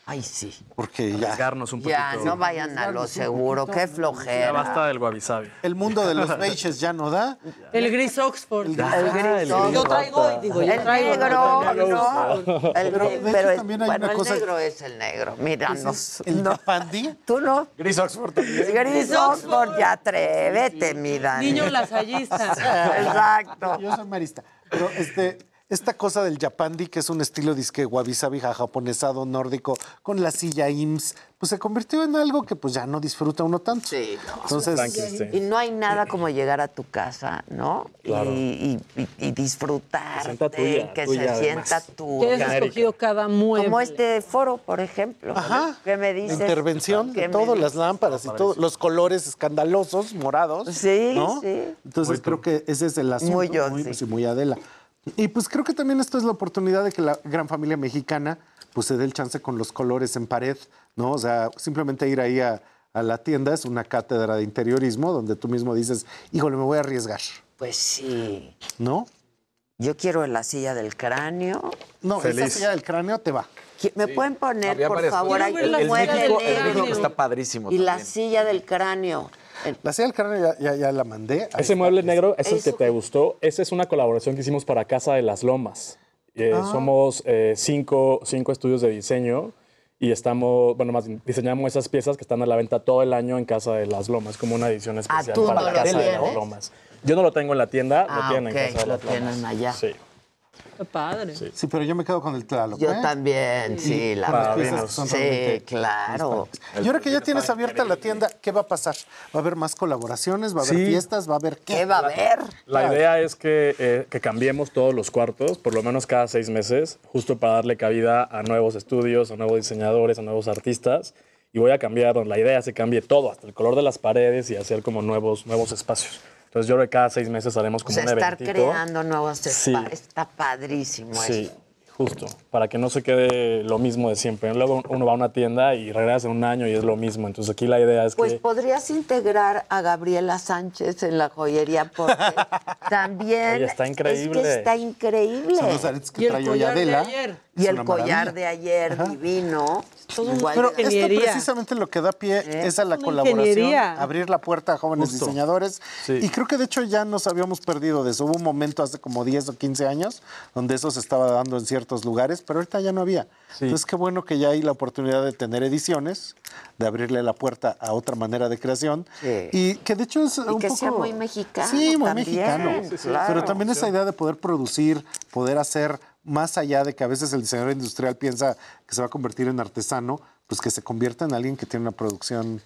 Ay, sí. Porque ya. Arriesgarnos un Ya, poquito. no vayan a lo seguro, qué flojera. Ya basta del wabi-sabi. El mundo de los beiges ya no da. El gris Oxford. El gris Oxford. Yo traigo, y digo, yo El traigo. negro, ¿no? El, Pero, de pero hecho, es- también hay bueno, una el cosa- negro es el negro. Mira, Ese no, es el no. Japandi. ¿Tú no? Gris Oxford también. Gris Oxford, ya atrévete, mi Dani. Niño lasallista. Exacto. Yo soy marista. Pero este, esta cosa del Japandi, que es un estilo disque wabi-sabi japonesado nórdico, con la silla I M S S, pues se convirtió en algo que pues ya no disfruta uno tanto. Sí, no. Entonces, Y no hay nada como llegar a tu casa, ¿no? Claro. Y, y- y- y disfrutarte, Se sienta tuya, que tuya, se además. sienta tú. Que has escogido cada mueble. Como este foro, por ejemplo. Ajá. ¿Qué me dices? intervención ¿Qué de me todo, dices? las lámparas y todo, los colores escandalosos, morados. Sí, ¿no? sí. Entonces creo que ese es el asunto. Muy yo, muy, sí. sí, muy Adela. Y pues creo que también esto es la oportunidad de que la gran familia mexicana pues se dé el chance con los colores en pared, ¿no? O sea, simplemente ir ahí a, a la tienda es una cátedra de interiorismo donde tú mismo dices, híjole, me voy a arriesgar, Pues sí. ¿no? Yo quiero la silla del cráneo. No, esa silla del cráneo te va. ¿Me pueden poner, Había por varias favor, cosas. ahí El- el el mueble México- el negro? México está padrísimo Y la también. silla del cráneo. La silla del cráneo ya, ya, ya la mandé. Ahí Ese está. mueble negro, ese Eso que te gustó, esa es una colaboración que hicimos para Casa de las Lomas. Eh, Ah. Somos eh, cinco, cinco estudios de diseño y estamos, bueno, más bien, diseñamos esas piezas que están a la venta todo el año en Casa de las Lomas, como una edición especial tú para no lo Casa de tienes. las Lomas. Yo no lo tengo en la tienda, Ah, lo tienen ok, en Casa de lo las Lomas. tienen allá. Sí. Qué padre. Sí, pero yo me quedo con el Tlaloc. Yo ¿eh? también, sí, la Las verdad. piezas que son Sí, realmente claro. Y ahora que ya tienes abierta la tienda, ¿qué va a pasar? ¿Va a haber más colaboraciones? ¿Va a haber Sí. fiestas? ¿Va a haber qué? ¿Qué va a haber? La idea es que, eh, que cambiemos todos los cuartos, por lo menos cada seis meses, justo para darle cabida a nuevos estudios, a nuevos diseñadores, a nuevos artistas. Y voy a cambiar, la idea es que cambie todo, hasta el color de las paredes y hacer como nuevos, nuevos espacios. Entonces yo creo que cada seis meses haremos O como sea, un estar eventito. creando nuevos Sí. espacios. Está padrísimo Sí, eso. justo, para que no se quede lo mismo de siempre. Luego uno va a una tienda y regresa en un año y es lo mismo. Entonces aquí la idea es Pues que... podrías integrar a Gabriela Sánchez en la joyería porque también Oye, está increíble. es que está increíble. Son los aretes que Y el trae hoy collar de Adela. ayer. Y Es el una collar maravilla. de ayer divino. Igual Pero de- esto Ingeniería. precisamente lo que da pie ¿Eh? es a la Una colaboración, ingeniería. abrir la puerta a jóvenes Justo. diseñadores. Sí. Y creo que de hecho ya nos habíamos perdido de eso. Hubo un momento hace como diez o quince años donde eso se estaba dando en ciertos lugares, pero ahorita ya no había. Sí. Entonces qué bueno que ya hay la oportunidad de tener ediciones, de abrirle la puerta a otra manera de creación. Sí. Y que de hecho es un que poco... sea muy mexicano Sí, muy también, mexicano. sí, sí, claro. Pero también esa idea de poder producir, poder hacer más allá de que a veces el diseñador industrial piensa que se va a convertir en artesano, pues que se convierta en alguien que tiene una producción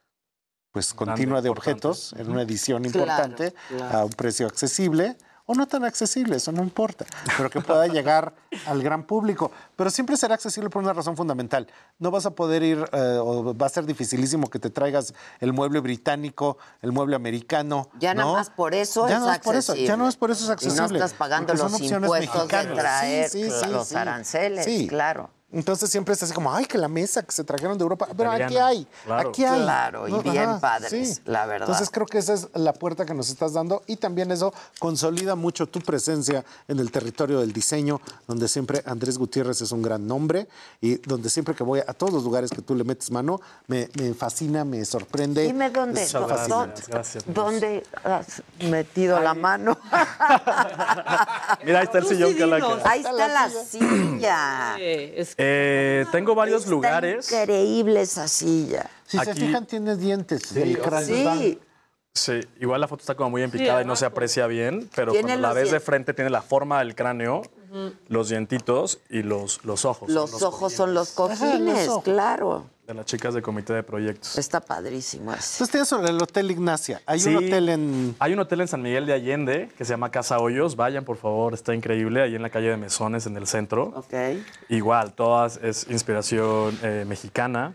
pues continua de importante. objetos en una edición Claro, importante claro. a un precio accesible o no tan accesible, eso no importa, pero que pueda llegar al gran público. Pero siempre será accesible por una razón fundamental. No vas a poder ir, eh, o va a ser dificilísimo que te traigas el mueble británico, el mueble americano. Ya nada ¿no? más por eso ya es no es por eso, accesible. ya no es por eso es Y accesible. no estás pagando porque son los opciones impuestos de mexicanas. traer Sí, sí, sí, los sí. aranceles, Sí. claro. Entonces siempre es así como, ay, que la mesa que se trajeron de Europa. Pero aquí Italiana, hay, claro. aquí hay. Claro, y bien padres, la verdad. Entonces creo que esa es la puerta que nos estás dando y también eso consolida mucho tu presencia en el territorio del diseño, donde siempre Andrés Gutiérrez es un gran nombre y donde siempre que voy a todos los lugares que tú le metes mano, me, me fascina, me sorprende. Dime dónde, Es dó- fascinante. dó- gracias. dónde has metido la mano. Mira, ahí está el Tú sillón sí que la dinos. que... Ahí está la silla. Eh, es Eh, tengo varios Está lugares. increíble esa silla. Si se Aquí- fijan, tiene dientes del cráneo. Sí, Sí, igual la foto está como muy empicada y no se aprecia bien, pero Tiene cuando la los ves de dientes. frente tiene la forma del cráneo, los dientitos y los, los ojos. los Los ojos son los Ajá, los cojines, ojos. claro. de las chicas de comité de proyectos. Está padrísimo eso. Entonces tienes sobre el Hotel Ignacia. Hay Sí, un hotel en... Hay un hotel en San Miguel de Allende que se llama Casa Hoyos. Vayan, por favor, está increíble. Ahí en la calle de Mesones, en el centro. Ok. Igual, todas es inspiración eh, mexicana.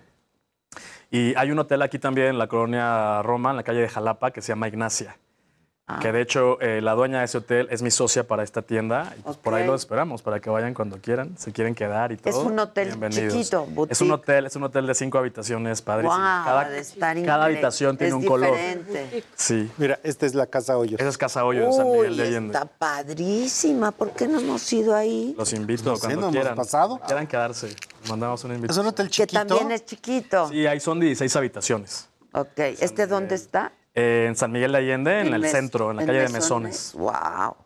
Y hay un hotel aquí también en la colonia Roma, en la calle de Jalapa, que se llama Ignacia. Ah. Que de hecho, eh, la dueña de ese hotel es mi socia para esta tienda. Y pues por ahí Ok. los esperamos para que vayan cuando quieran. Se quieren quedar y todo. Es un hotel bienvenidos. chiquito, boutique. Es un hotel, es un hotel de cinco habitaciones, padrísimo. Guau, cada, ha de estar cada increíble. habitación tiene Es un color. diferente. Sí. Mira, esta es la Casa Hoyos. Esa es Casa Hoyos de San Miguel Uy, de Allende. está padrísima. ¿Por qué no hemos ido ahí? Los invito No sé, cuando no hemos quieran. pasado. Quieran quedarse. Mandamos una Es invitación. un hotel Que chiquito. también es chiquito. Sí, ahí son dieciséis habitaciones. Ok, ¿este dónde está? Eh, en San Miguel de Allende, en En el Mes- centro, en la en calle de Mesones. Mesones. Wow.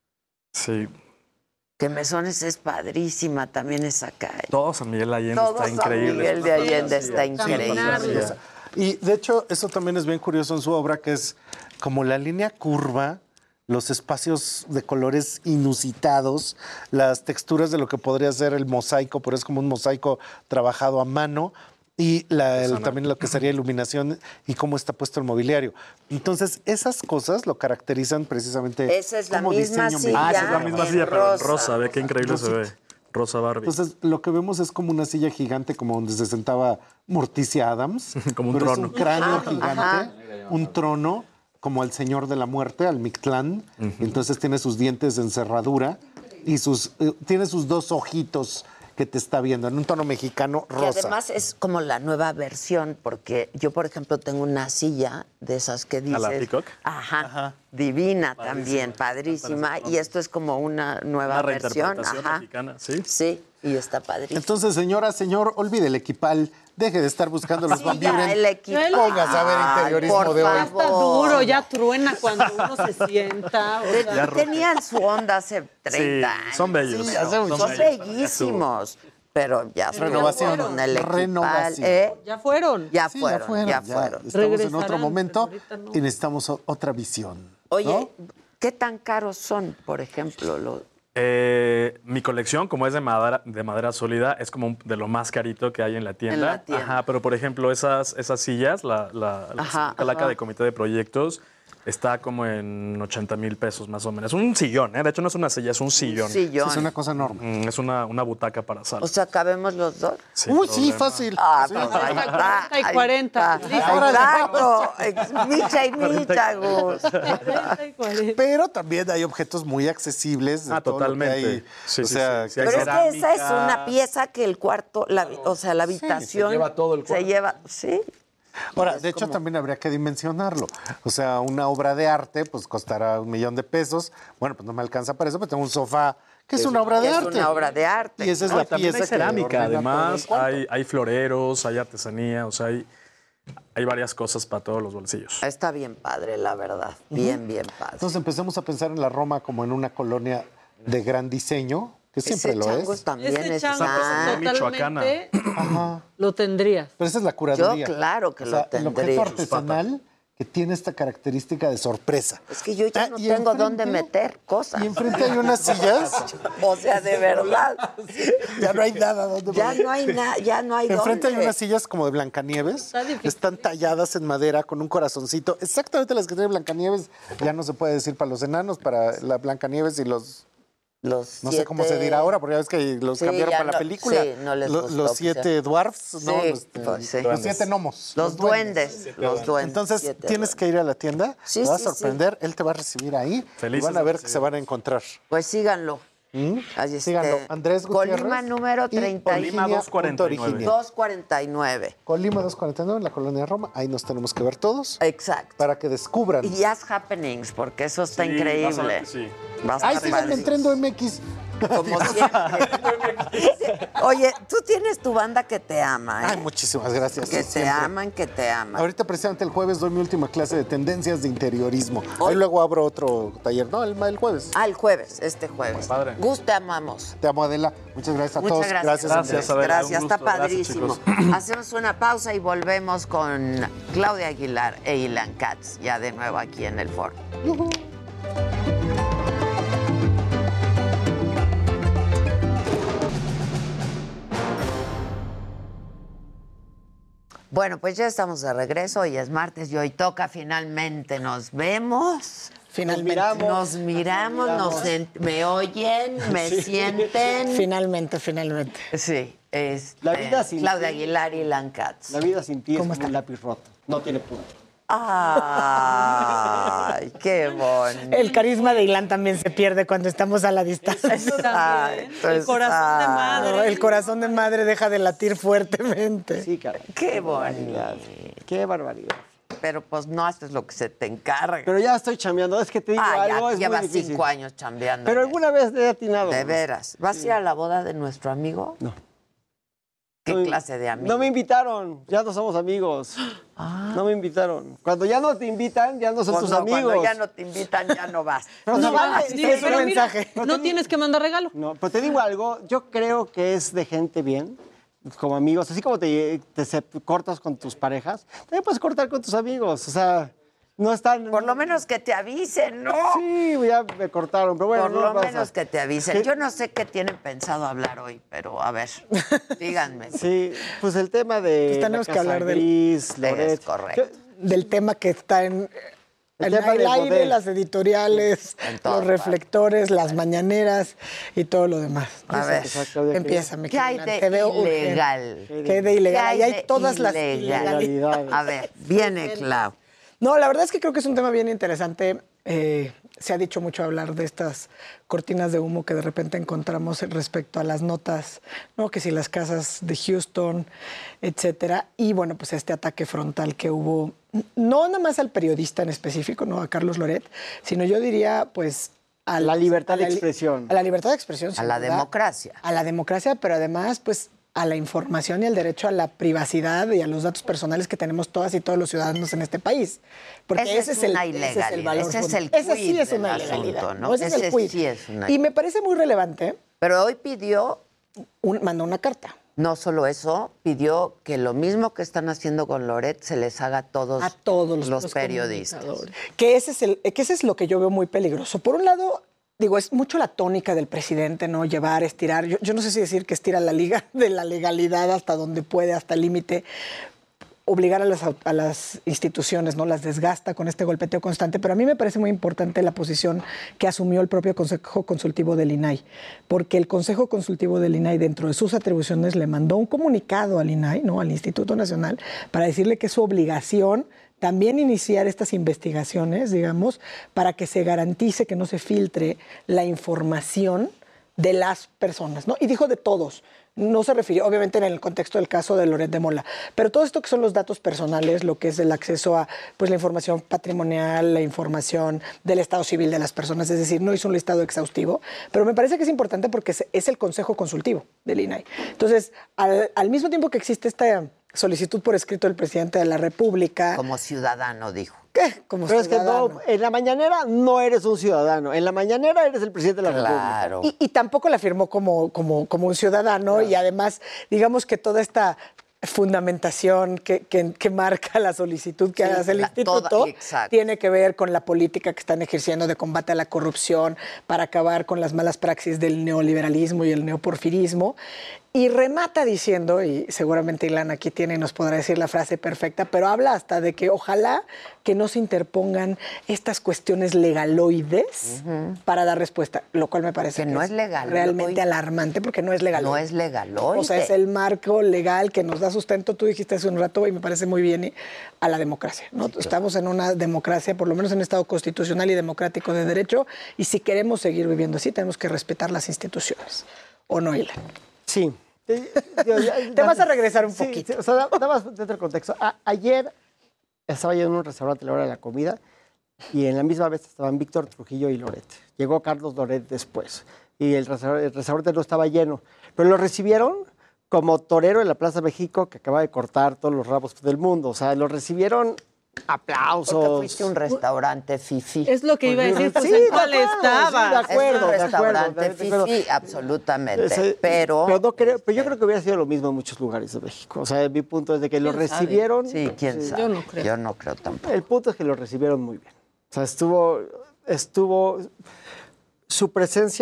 Sí, Que Mesones es padrísima también esa calle. todo San Miguel de Allende Todo está San increíble. Miguel de Allende está increíble. Y de hecho, eso también es bien curioso en su obra, que es como la línea curva, los espacios de colores inusitados, las texturas de lo que podría ser el mosaico, pero es como un mosaico trabajado a mano, y la- el- también lo que sería iluminación y cómo está puesto el mobiliario. Entonces, esas cosas lo caracterizan precisamente Esa es la como misma diseño silla. Ah, esa es la misma en silla, pero en rosa. rosa. Ve qué increíble se ve. Rosa Barbie. Entonces, lo que vemos es como una silla gigante, como donde se sentaba Morticia Adams. Como un pero trono. Es un cráneo Ajá, gigante, ajá. un trono, como el Señor de la Muerte, al Mictlán. Entonces tiene sus dientes en cerradura y sus, eh, tiene sus dos ojitos que te está viendo, en un tono mexicano Que rosa. además es como la nueva versión, porque yo, por ejemplo, tengo una silla de esas que dices... ¿A la Peacock? Ajá, divina también, padrísima. Y esto es como una nueva Una versión. reinterpretación Ajá. mexicana, ¿sí? Sí, y está padrísima. Entonces, señora, señor, olvide el equipal, deje de estar buscando los Sí, Van ya, Buren. el equipal. Póngase a ver interiorismo Por de hoy. Ya está duro, ya truena cuando uno se sienta. o Te- sea. Tenían su onda hace treinta Sí, años. son bellos. Sí, Son son, bellos. bellísimos. Pero ya Renovación, fueron el equipal, renovación. ¿eh? Ya fueron. Ya Sí, fueron, ya ya fueron. Estamos en otro Regresarán, momento pero ahorita no. y necesitamos o- otra visión. Oye, ¿qué tan caros son, por ejemplo, los... Eh, mi colección, como es de madera, de madera sólida, es como un- de lo más carito que hay en la tienda. En la tienda. Ajá, pero por ejemplo, esas, esas sillas, la, la, la Ajá, calaca ajá. de comité de proyectos, está como en ochenta mil pesos más o menos. Un sillón, ¿eh? De hecho, no es una silla, es un sillón. sillón. Es una cosa enorme. Mm, es una, una butaca para sala. O sea, ¿cabemos los dos? Sin Uy, sí, problema. fácil. Ah, Sí. pues ahí está. cuarenta y ahí cuarenta. está. Listo. Exacto. Ex- Micha y micha, Gus. cuarenta y cuarenta. Pero también hay objetos muy accesibles. de Ah, todo lo que totalmente. hay. Sí, o sí, sea, sí, sí, hay Pero es que esa es cerámica. una pieza que el cuarto, la, o sea, la habitación... se lleva todo el Se cuarto. lleva, sí. Ahora, de hecho, también habría que dimensionarlo. O sea, una obra de arte, pues costará un millón de pesos. Bueno, pues no me alcanza para eso, pero tengo un sofá que es una obra de Es arte. una obra de arte. Y esa es No, la y también pieza hay que cerámica, ordena todo además, el cuarto. hay, hay floreros, hay artesanía, o sea, hay, hay varias cosas para todos los bolsillos. Está bien padre, la verdad. Bien, bien padre. Entonces empecemos a pensar en la Roma como en una colonia de gran diseño, que siempre Ese lo chango es. también Ese es chango tan- michoacana. totalmente Ajá. lo tendrías. Pero esa es la Yo curaduría. claro que O sea, lo el tendría. objeto artesanal que tiene esta característica de sorpresa. Es que yo ya Ah, no y tengo enfrente- dónde meter cosas. Y enfrente hay unas sillas. O sea, de verdad. Ya no hay nada donde Ya poner. no hay nada, ya no hay Enfrente hay dónde. unas sillas como de Blancanieves. Está difícil. Están talladas en madera con un corazoncito. Exactamente las que tiene Blancanieves. Ya no se puede decir para los enanos, para la Blancanieves y los... Los No sé cómo se siete- dirá ahora, porque ya ves que los Sí, cambiaron ya para la no- película. sí, no les Lo- gustó los que siete sea- dwarfs, ¿no? Sí, Los, pues, sí. los siete gnomos. Los duendes. Los duendes. Entonces, siete tienes que ir a la tienda, Sí, te va a sí, sorprender, él te va a recibir ahí Felices y van a de ver que se recibir. van a encontrar. Pues síganlo. ¿Mm? Ahí Síganlo. este, Andrés Gutiérrez. Colima número y treinta y Colima dos cuarenta y nueve. Origine. dos cuarenta y nueve. Colima dos cuarenta y nueve, en la colonia Roma. Ahí nos tenemos que ver todos Exacto. para que descubran. Y haz happenings, porque eso está Sí, increíble. vas a ver que sí. Va a estar Ay, síganme en padrísimo. Trendo M X. Como siempre. Oye, tú tienes tu banda que te ama, ¿eh? Ay, muchísimas gracias. que te siempre. aman, que te aman. Ahorita precisamente el jueves doy mi última clase de tendencias de interiorismo. Hoy- Ahí luego abro otro taller. No, el, el jueves. Ah, el jueves, este jueves. Padre. Gus, te amamos. Te amo, Adela. Muchas gracias a Muchas todos. gracias. Gracias, Gracias, Andrés. Adela. Gracias, Un está gusto. Gracias, padrísimo. chicos. Hacemos una pausa y volvemos con Claudia Aguilar e Ilan Katz, ya de nuevo aquí en el foro. Bueno, pues ya estamos de regreso. Hoy es martes y hoy toca finalmente. Nos vemos. Finalmente. Nos miramos, nos en- me oyen, me Sí. sienten. Finalmente, finalmente. Sí, es La vida sin Claudia ti- Aguilar y Ilan Katz. La vida sin ti es como un lápiz roto. No tiene punto. Ay, qué bonito. El carisma de Ilan también se pierde cuando estamos a la distancia. Exacto, El corazón de exacto. madre. No, el corazón de madre deja de latir fuertemente. Sí, caray. Qué bonito. Qué barbaridad. Pero pues no haces lo que se te encarga. Pero ya estoy chambeando. Es que te digo Ah, ya, algo, es llevas muy difícil. cinco años chambeando. Pero en alguna vez he atinado. De veras. ¿Vas a ir a la boda de nuestro amigo? No. ¿Qué No, clase de amigos? No me invitaron, ya no somos amigos. Ah. No me invitaron. Cuando ya no te invitan, ya no son Pues tus no, amigos. Cuando ya no te invitan, ya no vas. Pero No sí, vale, sí, dice, es un pero mira, mensaje. no tienes que mandar regalo. No, pero te digo algo, yo creo que es de gente bien, como amigos, así como te, te se- cortas con tus parejas, también puedes cortar con tus amigos, o sea, no están... Por lo menos que te avisen, ¿no? Sí, ya me cortaron, pero bueno, Por no lo pasa. menos que te avisen. ¿Qué? Yo no sé qué tienen pensado hablar hoy, pero a ver, díganme. Sí, pues el tema de Pues tenemos la que Casa hablar del- Gris, Loret. Es correcto. Del tema que está en El el, tema el del aire, poder. las editoriales, En todas los reflectores, las mañaneras y todo lo demás. A ver, Empieza, mi ¿qué hay querida. de Te veo urgente. ilegal? ¿Qué hay de ilegal? ¿Qué hay Ahí hay de todas las ilegal? ilegalidades. A ver, viene Clau. No, la verdad es que creo que es un tema bien interesante. Eh, se ha dicho mucho hablar de estas cortinas de humo que de repente encontramos respecto a las notas, ¿no? Que si las casas de Houston, etcétera. Y bueno, pues este ataque frontal que hubo, no nada más al periodista en específico, ¿no? A Carlos Loret, sino yo diría, pues, a La libertad a de la li- expresión. A la libertad de expresión, A sin la duda. democracia. A la democracia, pero además, pues, a la información y al derecho a la privacidad y a los datos personales que tenemos todas y todos los ciudadanos en este país. Porque Ese ese, es es el, una ese es el ilegalidad, valor. ese es el fund- Ese sí quid es una del ilegalidad. asunto, ¿no? ¿no? Ese, es Ese el quid. sí es una- Y me parece muy relevante. Pero hoy pidió, un- mandó una carta. no solo eso, pidió que lo mismo que están haciendo con Loret se les haga a todos, A todos los, los periodistas. comunicadores. Que ese, es el, que ese es lo que yo veo muy peligroso. Por un lado, digo, es mucho la tónica del presidente, ¿no? Llevar, estirar. Yo, yo no sé si decir que estira la liga de la legalidad hasta donde puede, hasta el límite. Obligar a las, au- a las instituciones, ¿no? Las desgasta con este golpeteo constante, pero a mí me parece muy importante la posición que asumió el propio Consejo Consultivo del I N A I, porque el Consejo Consultivo del I N A I, dentro de sus atribuciones, le mandó un comunicado al I N A I, ¿no? Al Instituto Nacional, para decirle que es su obligación también iniciar estas investigaciones, digamos, para que se garantice que no se filtre la información de las personas, ¿no? Y dijo de todos. No se refirió, obviamente, en el contexto del caso de Loret de Mola, pero todo esto que son los datos personales, lo que es el acceso a pues, la información patrimonial, la información del estado civil de las personas, es decir, no hizo un listado exhaustivo, pero me parece que es importante porque es, es el Consejo Consultivo del I N A I. Entonces, al, al mismo tiempo que existe esta solicitud por escrito del presidente de la República... Como ciudadano, dijo. ¿Qué? Como Pero es que ciudadano. no, en la mañanera no eres un ciudadano, en la mañanera eres el presidente de la Claro. República. Y, y tampoco la firmó como, como, como un ciudadano y además, digamos que toda esta fundamentación que, que- que marca la solicitud que Sí, hace el la- instituto toda- exacto. tiene que ver con la política que están ejerciendo de combate a la corrupción para acabar con las malas praxis del neoliberalismo y el neoporfirismo. Y remata diciendo, y seguramente Ilan aquí tiene y nos podrá decir la frase perfecta, pero habla hasta de que ojalá que no se interpongan estas cuestiones legaloides para dar respuesta, lo cual me parece Que no es legaloide. realmente alarmante porque no es legaloide. No es legaloide. O sea, es el marco legal que nos da sustento, tú dijiste hace un rato, y me parece muy bien, y a la democracia, ¿no? Estamos en una democracia, por lo menos en un Estado constitucional y democrático de derecho, y si queremos seguir viviendo así, tenemos que respetar las instituciones. ¿O no, Ilan? Sí. Te, Te vas a regresar un Sí, poquito. sí, o sea, nada más dentro del contexto. A- ayer estaba yo en un restaurante a la hora de la comida y en la misma vez estaban Víctor Trujillo y Loret. Llegó Carlos Loret después y el restaurante, el restaurante no estaba lleno, pero lo recibieron como torero en la Plaza México que acaba de cortar todos los rabos del mundo. O sea, lo recibieron aplausos. Porque fuiste a un restaurante fifí. Es lo que iba a decir, pues Sí, ¿en de cuál acuerdo, estaba? sí, de acuerdo, es un de restaurante acuerdo, de acuerdo. fifí, absolutamente. Ese- pero, pero, no creo, pero yo creo que hubiera sido lo mismo en muchos lugares de México. O sea, mi punto es de que lo ¿Quién sabe? recibieron. Sí, quién sabe. Yo no creo. Yo no creo tampoco. El punto es que lo recibieron muy bien. O sea, estuvo, estuvo, su presencia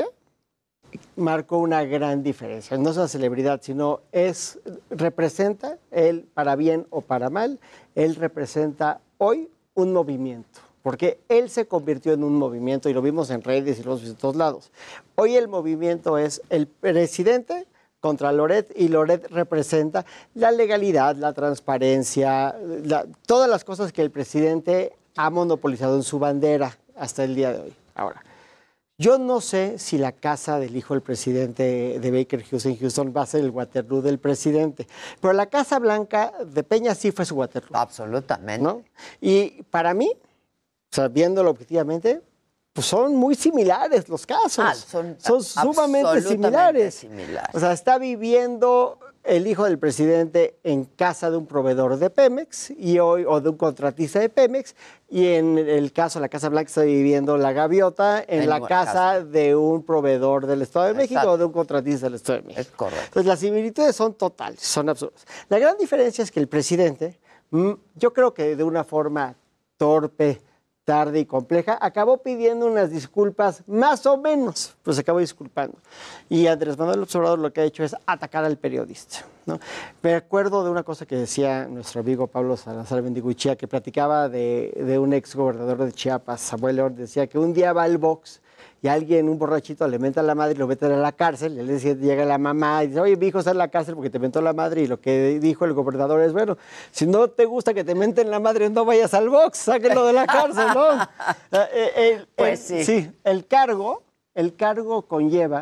marcó una gran diferencia. No es una celebridad, sino es, representa, él para bien o para mal, él representa hoy un movimiento. Porque él se convirtió en un movimiento y lo vimos en redes y lo vimos en todos lados. Hoy el movimiento es el presidente contra Loret y Loret representa la legalidad, la transparencia, la- todas las cosas que el presidente ha monopolizado en su bandera hasta el día de hoy. Ahora, yo no sé si la casa del hijo del presidente de Baker Hughes en Houston va a ser el Waterloo del presidente, pero la Casa Blanca de Peña sí fue su Waterloo. Absolutamente. ¿No? Y para mí, o sea, viéndolo objetivamente, pues son muy similares los casos. Ah, son son sumamente absolutamente similares. similares. O sea, está viviendo el hijo del presidente en casa de un proveedor de Pemex y hoy o de un contratista de Pemex, y en el caso de la Casa Blanca está viviendo la gaviota en, en la casa, casa de un proveedor del Estado de México. Exacto. O de un contratista del Estado de México. Es correcto. Entonces las similitudes son totales, son absurdas. La gran diferencia es que el presidente, yo creo que de una forma torpe, tarde y compleja, acabó pidiendo unas disculpas más o menos, pues se acabó disculpando. Y Andrés Manuel Observador lo que ha hecho es atacar al periodista, ¿no? Me acuerdo de una cosa que decía nuestro amigo Pablo Salazar Mendiguchía, que platicaba de, de un ex gobernador de Chiapas, Samuel León, decía que un día va al box y alguien, un borrachito, le mete a la madre y lo mete a la cárcel. Y él decía, llega la mamá y dice, oye, mi hijo está en la cárcel porque te mentó la madre. Y lo que dijo el gobernador es, bueno, si no te gusta que te menten la madre, no vayas al box, sáquenlo de la cárcel, ¿no? el, el, pues el, sí. Sí, el cargo, el cargo conlleva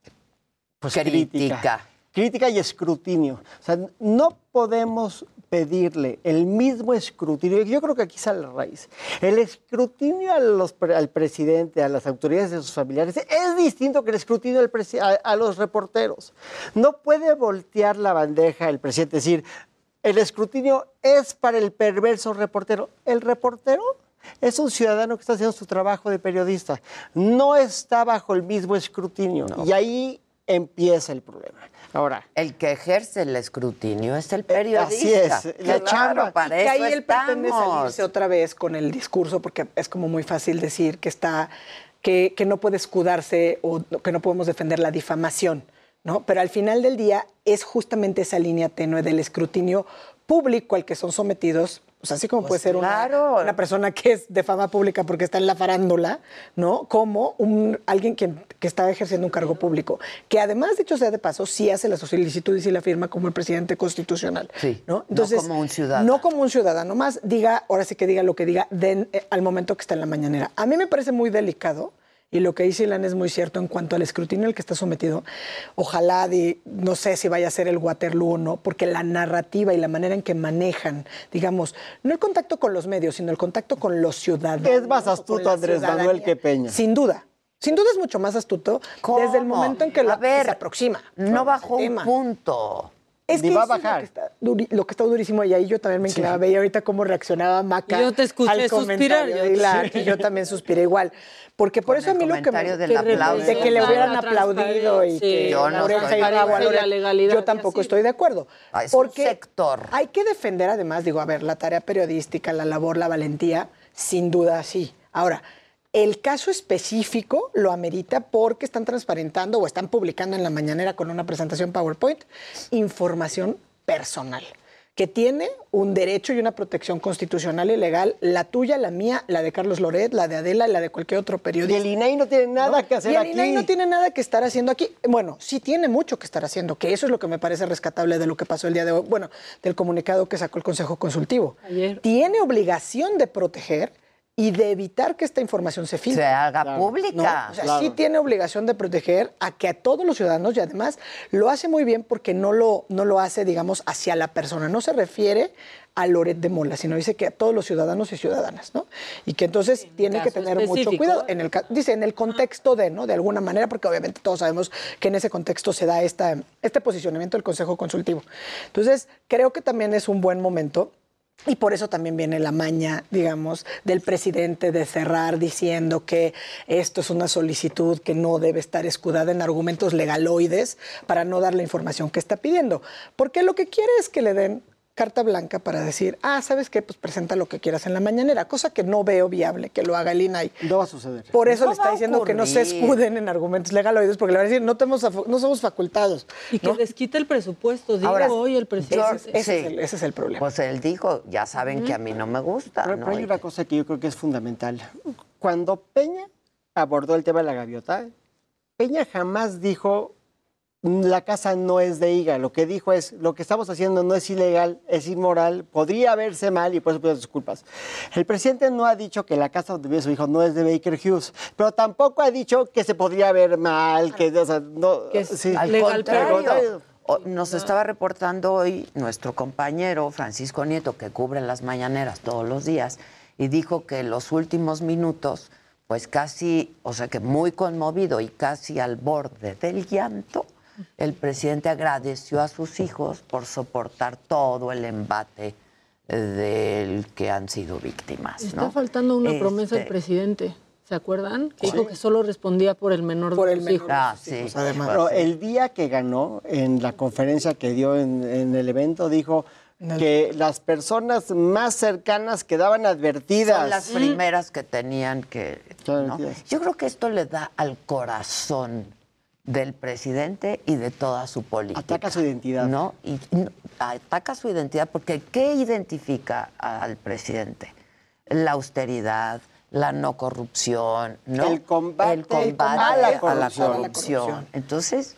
pues, crítica. crítica. Crítica y escrutinio. O sea, no podemos pedirle el mismo escrutinio. Yo creo que aquí sale la raíz. El escrutinio a los, al presidente, a las autoridades de sus familiares, es distinto que el escrutinio al a, a los reporteros. No puede voltear la bandeja el presidente, decir, el escrutinio es para el perverso reportero. El reportero es un ciudadano que está haciendo su trabajo de periodista. No está bajo el mismo escrutinio. No. Y ahí empieza el problema. Ahora, el que ejerce el escrutinio es el periodista. Así es, la claro, chamba. Para que eso ahí él pretende estamos. salirse otra vez con el discurso, porque es como muy fácil decir que está, que, que no puede escudarse o que no podemos defender la difamación, ¿no? Pero al final del día es justamente esa línea tenue del escrutinio público al que son sometidos. O sea, así como pues puede ser claro. una, una persona que es de fama pública porque está en la farándula, ¿no? Como un, alguien que, que está ejerciendo un cargo público, que además, dicho sea de paso, sí hace la solicitud y sí la firma como el presidente constitucional. Sí, ¿no? Entonces, no como un ciudadano. No como un ciudadano, más diga, ahora sí que diga lo que diga de, eh, al momento que está en la mañanera. A mí me parece muy delicado. Y lo que dice Ilan es muy cierto en cuanto al escrutinio al que está sometido. Ojalá, de, no sé si vaya a ser el Waterloo o no, porque la narrativa y la manera en que manejan, digamos, no el contacto con los medios, sino el contacto con los ciudadanos. Es más astuto Andrés Manuel que Peña. Sin duda. Sin duda es mucho más astuto ¿Cómo? Desde el momento en que, la, a ver, que se aproxima. No bajó un punto. Es Ni que va a eso bajar. Es lo, que está duri, lo que está durísimo y ahí yo también me inclinaba, sí. Veía ahorita cómo reaccionaba Maca. Y yo te escuché al suspirar. Yo, y, la, y yo también suspiré igual. Porque por Con eso a mí lo que me... del Que aplauso. de que le hubieran aplaudido y sí, que yo no oreja y estoy rabo a la Loret. legalidad, Yo tampoco estoy de acuerdo. Ah, es porque un sector. Hay que defender además, digo, a ver, la tarea periodística, la labor, la valentía, sin duda sí. Ahora, el caso específico lo amerita porque están transparentando o están publicando en la mañanera con una presentación PowerPoint información personal, que tiene un derecho y una protección constitucional y legal, la tuya, la mía, la de Carlos Loret, la de Adela y la de cualquier otro periodista. Y el I N A I no tiene nada ¿no? que hacer y el aquí. I N A I no tiene nada que estar haciendo aquí. Bueno, sí tiene mucho que estar haciendo, que eso es lo que me parece rescatable de lo que pasó el día de hoy, bueno, del comunicado que sacó el Consejo Consultivo. Ayer. Tiene obligación de proteger y de evitar que esta información se filtre. Se haga claro. pública. ¿No? O sea, claro. sí tiene obligación de proteger a que a todos los ciudadanos, y además lo hace muy bien porque no lo, no lo hace, digamos, hacia la persona. No se refiere a Loret de Mola, sino dice que a todos los ciudadanos y ciudadanas, ¿no? Y que entonces en tiene que tener mucho cuidado. En el, dice, en el contexto de, ¿no? De alguna manera, porque obviamente todos sabemos que en ese contexto se da esta, este posicionamiento del Consejo Consultivo. Entonces, creo que también es un buen momento. Y por eso también viene la maña, digamos, del presidente de cerrar diciendo que esto es una solicitud que no debe estar escudada en argumentos legaloides para no dar la información que está pidiendo. Porque lo que quiere es que le den carta blanca para decir, ah, ¿sabes qué? Pues presenta lo que quieras en la mañanera, cosa que no veo viable que lo haga el I N A I. No va a suceder. Por eso No le está va a diciendo que no se ocurrir. escuden en argumentos legaloides, porque le van a decir, no, tenemos, no somos facultados. Y que ¿no? les quite el presupuesto. Digo Ahora, hoy el presidente. George, Ese, sí. es el, ese es el problema. Pues él dijo, ya saben que a mí no me gusta. Pero, ¿no? pero hay una cosa que yo creo que es fundamental. Cuando Peña abordó el tema de la gaviota, Peña jamás dijo la casa no es de Higa. Lo que dijo es, lo que estamos haciendo no es ilegal, es inmoral, podría verse mal y por eso pido disculpas. El presidente no ha dicho que la casa donde vive su hijo no es de Baker Hughes, pero tampoco ha dicho que se podría ver mal, que, o sea, no... Que es sí. Al legal, contrario, o- nos estaba reportando hoy nuestro compañero Francisco Nieto, que cubre las mañaneras todos los días, y dijo que en los últimos minutos, pues casi, o sea que muy conmovido y casi al borde del llanto, el presidente agradeció a sus hijos por soportar todo el embate del que han sido víctimas, Está ¿no? faltando una Este, promesa del presidente. ¿Se acuerdan? Que Sí. dijo que solo respondía por el menor Por de el sus menor hijos. Ah, sí. Además, pero el día que ganó, en la conferencia que dio en, en el evento, dijo que las personas más cercanas quedaban advertidas. Son las primeras que tenían que... ¿no? Yo creo que esto le da al corazón del presidente y de toda su política. Ataca su identidad. ¿No? Y, y ataca su identidad porque ¿qué identifica al presidente? La austeridad, la no corrupción, ¿no? El combate, El combate el combate a la a la corrupción. corrupción. Entonces,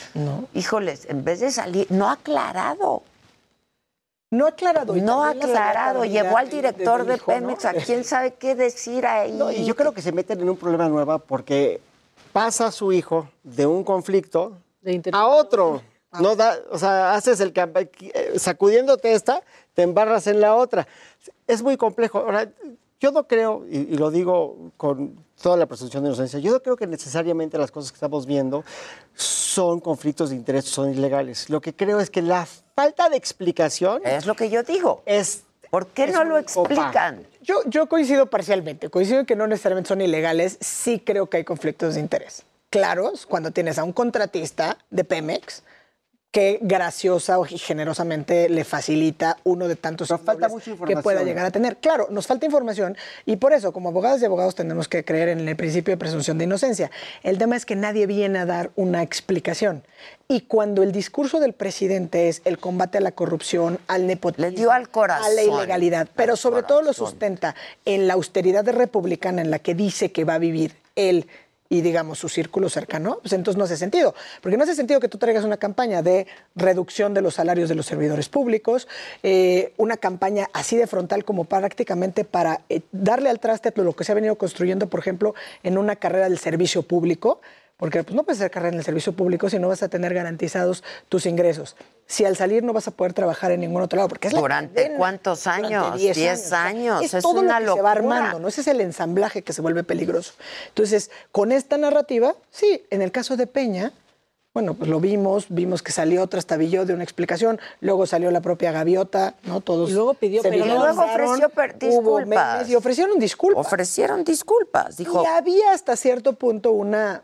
híjoles, en vez de salir, no ha aclarado. No ha aclarado. y No ha también la salida aclarado. Carolina Llevó al de- director del de hijo, ¿no? Pemex a quién sabe qué decir ahí. No, y yo creo que se meten en un problema nuevo porque pasa su hijo de un conflicto a otro. No da, o sea, haces el campa- eh, sacudiéndote esta, te embarras en la otra. Es muy complejo. Ahora, yo no creo, y, y lo digo con toda la presunción de inocencia, yo no creo que necesariamente las cosas que estamos viendo son conflictos de interés, son ilegales. Lo que creo es que la falta de explicación... Es lo que yo digo. Es, ¿Por qué es no lo muy explican? Yo, yo coincido parcialmente. Coincido en que no necesariamente son ilegales. Sí creo que hay conflictos de interés claros cuando tienes a un contratista de Pemex que graciosa o generosamente le facilita uno de tantos falta mucha que información. pueda llegar a tener. Claro, nos falta información y por eso, como abogadas y abogados, tenemos que creer en el principio de presunción de inocencia. El tema es que nadie viene a dar una explicación. Y cuando el discurso del presidente es el combate a la corrupción, al nepotismo, Le dio al corazón. a la ilegalidad, pero Al sobre todo lo corazón. sustenta en la austeridad republicana en la que dice que va a vivir él y, digamos, su círculo cercano, pues entonces no hace sentido. Porque no hace sentido que tú traigas una campaña de reducción de los salarios de los servidores públicos, eh, una campaña así de frontal como prácticamente para eh, darle al traste a lo que se ha venido construyendo, por ejemplo, en una carrera del servicio público, porque pues, no puedes hacer carrera en el servicio público si no vas a tener garantizados tus ingresos. Si al salir no vas a poder trabajar en ningún otro lado, porque es la ¿Durante cadena. cuántos años? Durante diez diez años. Es, Es todo una lo que se va locura. armando, ¿no? Ese es el ensamblaje que se vuelve peligroso. Entonces, con esta narrativa, sí, en el caso de Peña, bueno, pues lo vimos, vimos que salió trastabilló de una explicación, luego salió la propia gaviota, ¿no? Todos Y luego pidió se perdón. Y luego viralizaron, ofreció per- hubo disculpas. memes y ofrecieron disculpas. Ofrecieron disculpas. Dijo, Y había hasta cierto punto una,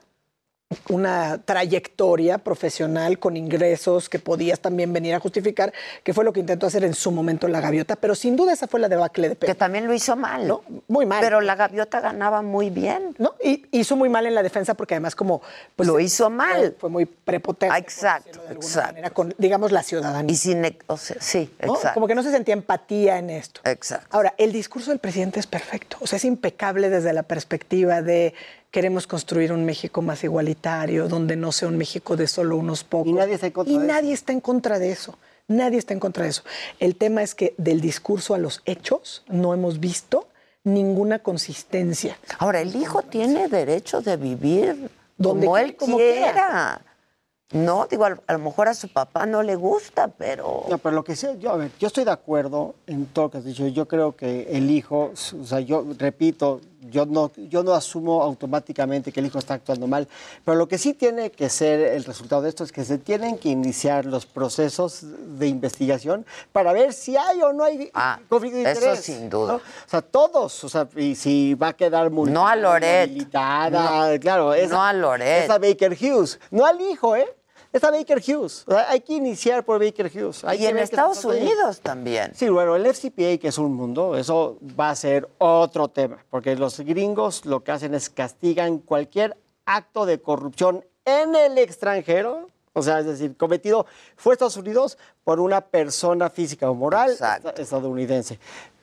una trayectoria profesional con ingresos que podías también venir a justificar, que fue lo que intentó hacer en su momento la gaviota, pero sin duda esa fue la debacle de Peña. que también lo hizo mal. ¿No? Muy mal. Pero la gaviota ganaba muy bien. ¿No? Y hizo muy mal en la defensa porque además como... pues, Lo hizo mal. Fue, fue muy prepotente. Ah, exacto, por decirlo de alguna exacto. manera, con, digamos, la ciudadanía. Y sin, e- o sea, sí, ¿no? exacto. Como que no se sentía empatía en esto. Exacto. Ahora, el discurso del presidente es perfecto. O sea, es impecable desde la perspectiva de queremos construir un México más igualitario, donde no sea un México de solo unos pocos. Y nadie está en contra Y de eso. nadie está en contra de eso. Nadie está en contra de eso. El tema es que del discurso a los hechos no hemos visto ninguna consistencia. Ahora, el hijo tiene derecho de vivir Donde como quiera, él como quiera. quiera. No, digo, a, a lo mejor a su papá no le gusta, pero... No, pero lo que sé, yo, a ver, yo estoy de acuerdo en todo lo que has dicho. Yo creo que el hijo, o sea, yo repito, yo no, yo no asumo automáticamente que el hijo está actuando mal, pero lo que sí tiene que ser el resultado de esto es que se tienen que iniciar los procesos de investigación para ver si hay o no hay Ah, conflicto de eso interés. sin duda. ¿no? O sea, todos, o sea, y si va a quedar muy No a Loret. inhabilitada, claro, esa, No a Loret. esa Baker Hughes, no al hijo, ¿eh? Está Baker Hughes. O sea, hay que iniciar por Baker Hughes. Hay Y que en ver qué Estados está pasando. Unidos también. Sí, bueno, el F C P A, que es un mundo, eso va a ser otro tema, porque los gringos lo que hacen es castigan cualquier acto de corrupción en el extranjero, o sea, es decir, cometido fue Estados Unidos por una persona física o moral Exacto. estadounidense.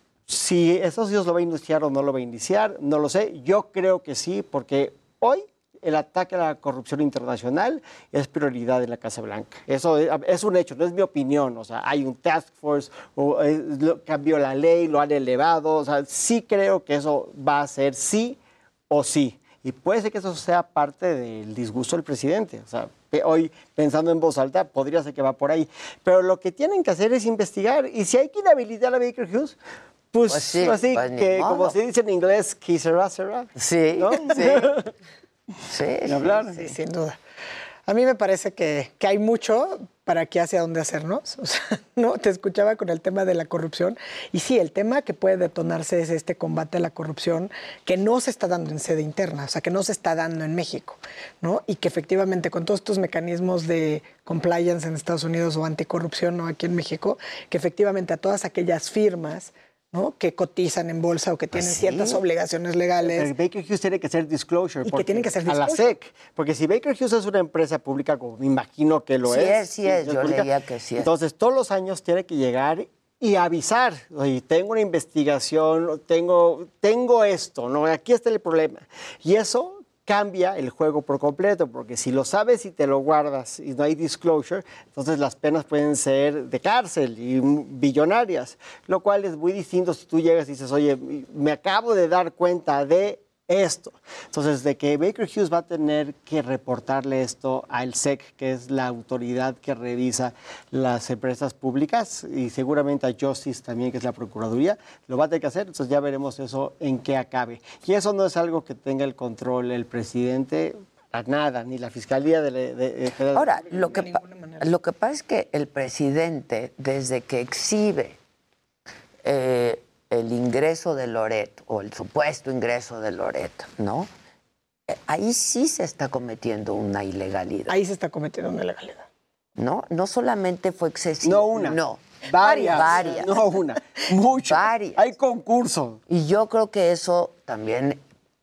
Si Estados Unidos lo va a iniciar o no lo va a iniciar, no lo sé. Yo creo que sí, porque hoy el ataque a la corrupción internacional es prioridad en la Casa Blanca. Eso es, es un hecho, no es mi opinión. O sea, hay un task force, o, eh, lo- cambió la ley, lo han elevado. O sea, sí creo que eso va a ser sí o sí. Y puede ser que eso sea parte del disgusto del presidente. O sea, pe- hoy, pensando en voz alta, podría ser que va por ahí. Pero lo que tienen que hacer es investigar. Y si hay que inhabilitar a Baker Hughes, pues, Pues sí, así pues ni que, modo. como se dice en inglés, que será, será. Sí, ¿no? sí. Sí, Ni hablar. Sí, sin duda. A mí me parece que, que hay mucho para aquí hacia dónde hacernos. O sea, no, te escuchaba con el tema de la corrupción. Y sí, el tema que puede detonarse es este combate a la corrupción que no se está dando en sede interna, o sea, que no se está dando en México, ¿no? Y que efectivamente con todos estos mecanismos de compliance en Estados Unidos o anticorrupción, ¿no? Aquí en México, que efectivamente a todas aquellas firmas, ¿no? Que cotizan en bolsa o que tienen ¿Sí? ciertas obligaciones legales. Pero Baker Hughes tiene que hacer disclosure. Y que porque- tienen que hacer A la disclosure. S E C. Porque si Baker Hughes es una empresa pública, como me imagino que lo Sí es. es, sí es, yo pública, leía que sí es. Entonces, todos los años tiene que llegar y avisar. Oye, tengo una investigación, tengo, tengo esto, ¿no? Aquí está el problema. Y eso cambia el juego por completo, porque si lo sabes y te lo guardas y no hay disclosure, entonces las penas pueden ser de cárcel y billonarias, lo cual es muy distinto si tú llegas y dices, oye, me acabo de dar cuenta de esto. Entonces, de que Baker Hughes va a tener que reportarle esto al S E C, que es la autoridad que revisa las empresas públicas, y seguramente a Justice también, que es la Procuraduría, lo va a tener que hacer. Entonces ya veremos eso en qué acabe. Y eso no es algo que tenga el control el presidente, a nada, ni la Fiscalía de... de- de- Ahora, lo que, pa- lo que pasa es que el presidente, desde que exhibe eh, el ingreso de Loret, o el supuesto ingreso de Loret, ¿no? Eh, Ahí sí se está cometiendo una ilegalidad. Ahí se está cometiendo una ilegalidad. ¿No? No solamente fue excesivo. No una. No. Varias. Varias. No una. Muchas. Varias. Hay concurso. Y yo creo que eso también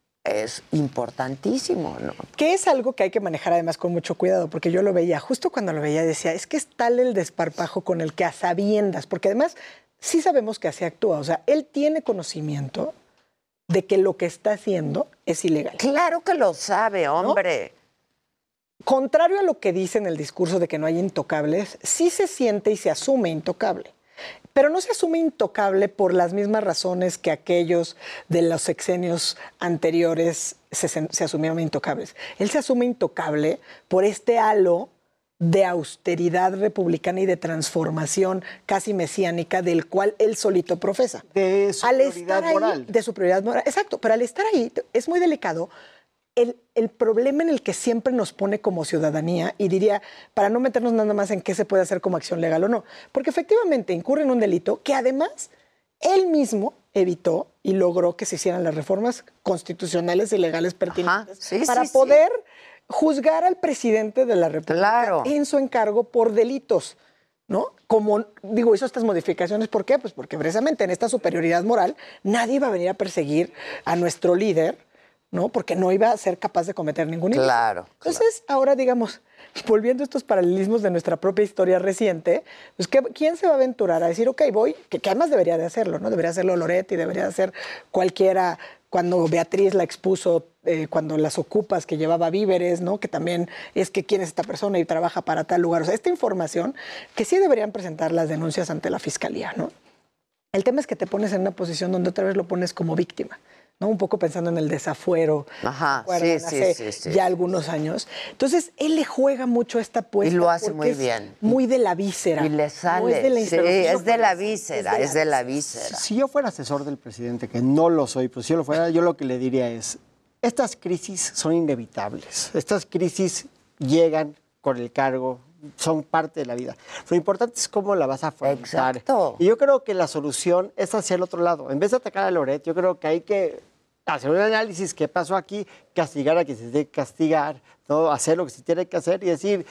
es importantísimo, ¿no? Que es algo que hay que manejar además con mucho cuidado, porque yo lo veía, justo cuando lo veía decía, es que es tal el desparpajo con el que a sabiendas, porque además sí sabemos que así actúa, o sea, él tiene conocimiento de que lo que está haciendo es ilegal. Claro que lo sabe, hombre. Contrario a lo que dice en el discurso de que no hay intocables, sí se siente y se asume intocable. Pero no se asume intocable por las mismas razones que aquellos de los sexenios anteriores se, se asumieron intocables. Él se asume intocable por este halo de austeridad republicana y de transformación casi mesiánica del cual él solito profesa. De su Al prioridad estar ahí, moral. de su prioridad moral. Exacto, pero al estar ahí es muy delicado el, el problema en el que siempre nos pone como ciudadanía, y diría, para no meternos nada más en qué se puede hacer como acción legal o no, porque efectivamente incurre en un delito que además él mismo evitó y logró que se hicieran las reformas constitucionales y legales pertinentes sí, para sí, sí. poder juzgar al presidente de la República Claro. en su encargo por delitos, ¿no? Como, digo, hizo estas modificaciones, ¿por qué? Pues porque precisamente en esta superioridad moral nadie iba a venir a perseguir a nuestro líder, ¿no? Porque no iba a ser capaz de cometer ningún ilícito. Claro, Entonces, ahora, digamos, volviendo a estos paralelismos de nuestra propia historia reciente, pues, ¿qué- ¿quién se va a aventurar a decir, ok, voy, que, que además debería de hacerlo, ¿no? Debería hacerlo Loret y debería de hacer cualquiera, cuando Beatriz la expuso, eh, cuando las ocupas que llevaba víveres, ¿no? Que también es que quién es esta persona y trabaja para tal lugar. O sea, esta información que sí deberían presentar las denuncias ante la fiscalía, ¿no? El tema es que te pones en una posición donde otra vez lo pones como víctima, ¿no? Un poco pensando en el desafuero. Ajá, ¿se sí, acuerdan? sí, Hace sí, sí. ya algunos años. Entonces, él le juega mucho esta apuesta. Y lo hace porque muy es bien. Muy de la víscera. Y le No sale. es de la sí, institución. es de la víscera, es de la víscera. Si yo fuera asesor del presidente, que no lo soy, pero si yo lo fuera, yo lo que le diría es, estas crisis son inevitables. Estas crisis llegan con el cargo, son parte de la vida. Lo importante es cómo la vas a afrontar. Exacto. Y yo creo que la solución es hacia el otro lado. En vez de atacar a Loret, yo creo que hay que hacer un análisis, qué pasó aquí, castigar a quien se tiene que castigar, ¿no? Hacer lo que se tiene que hacer y decir,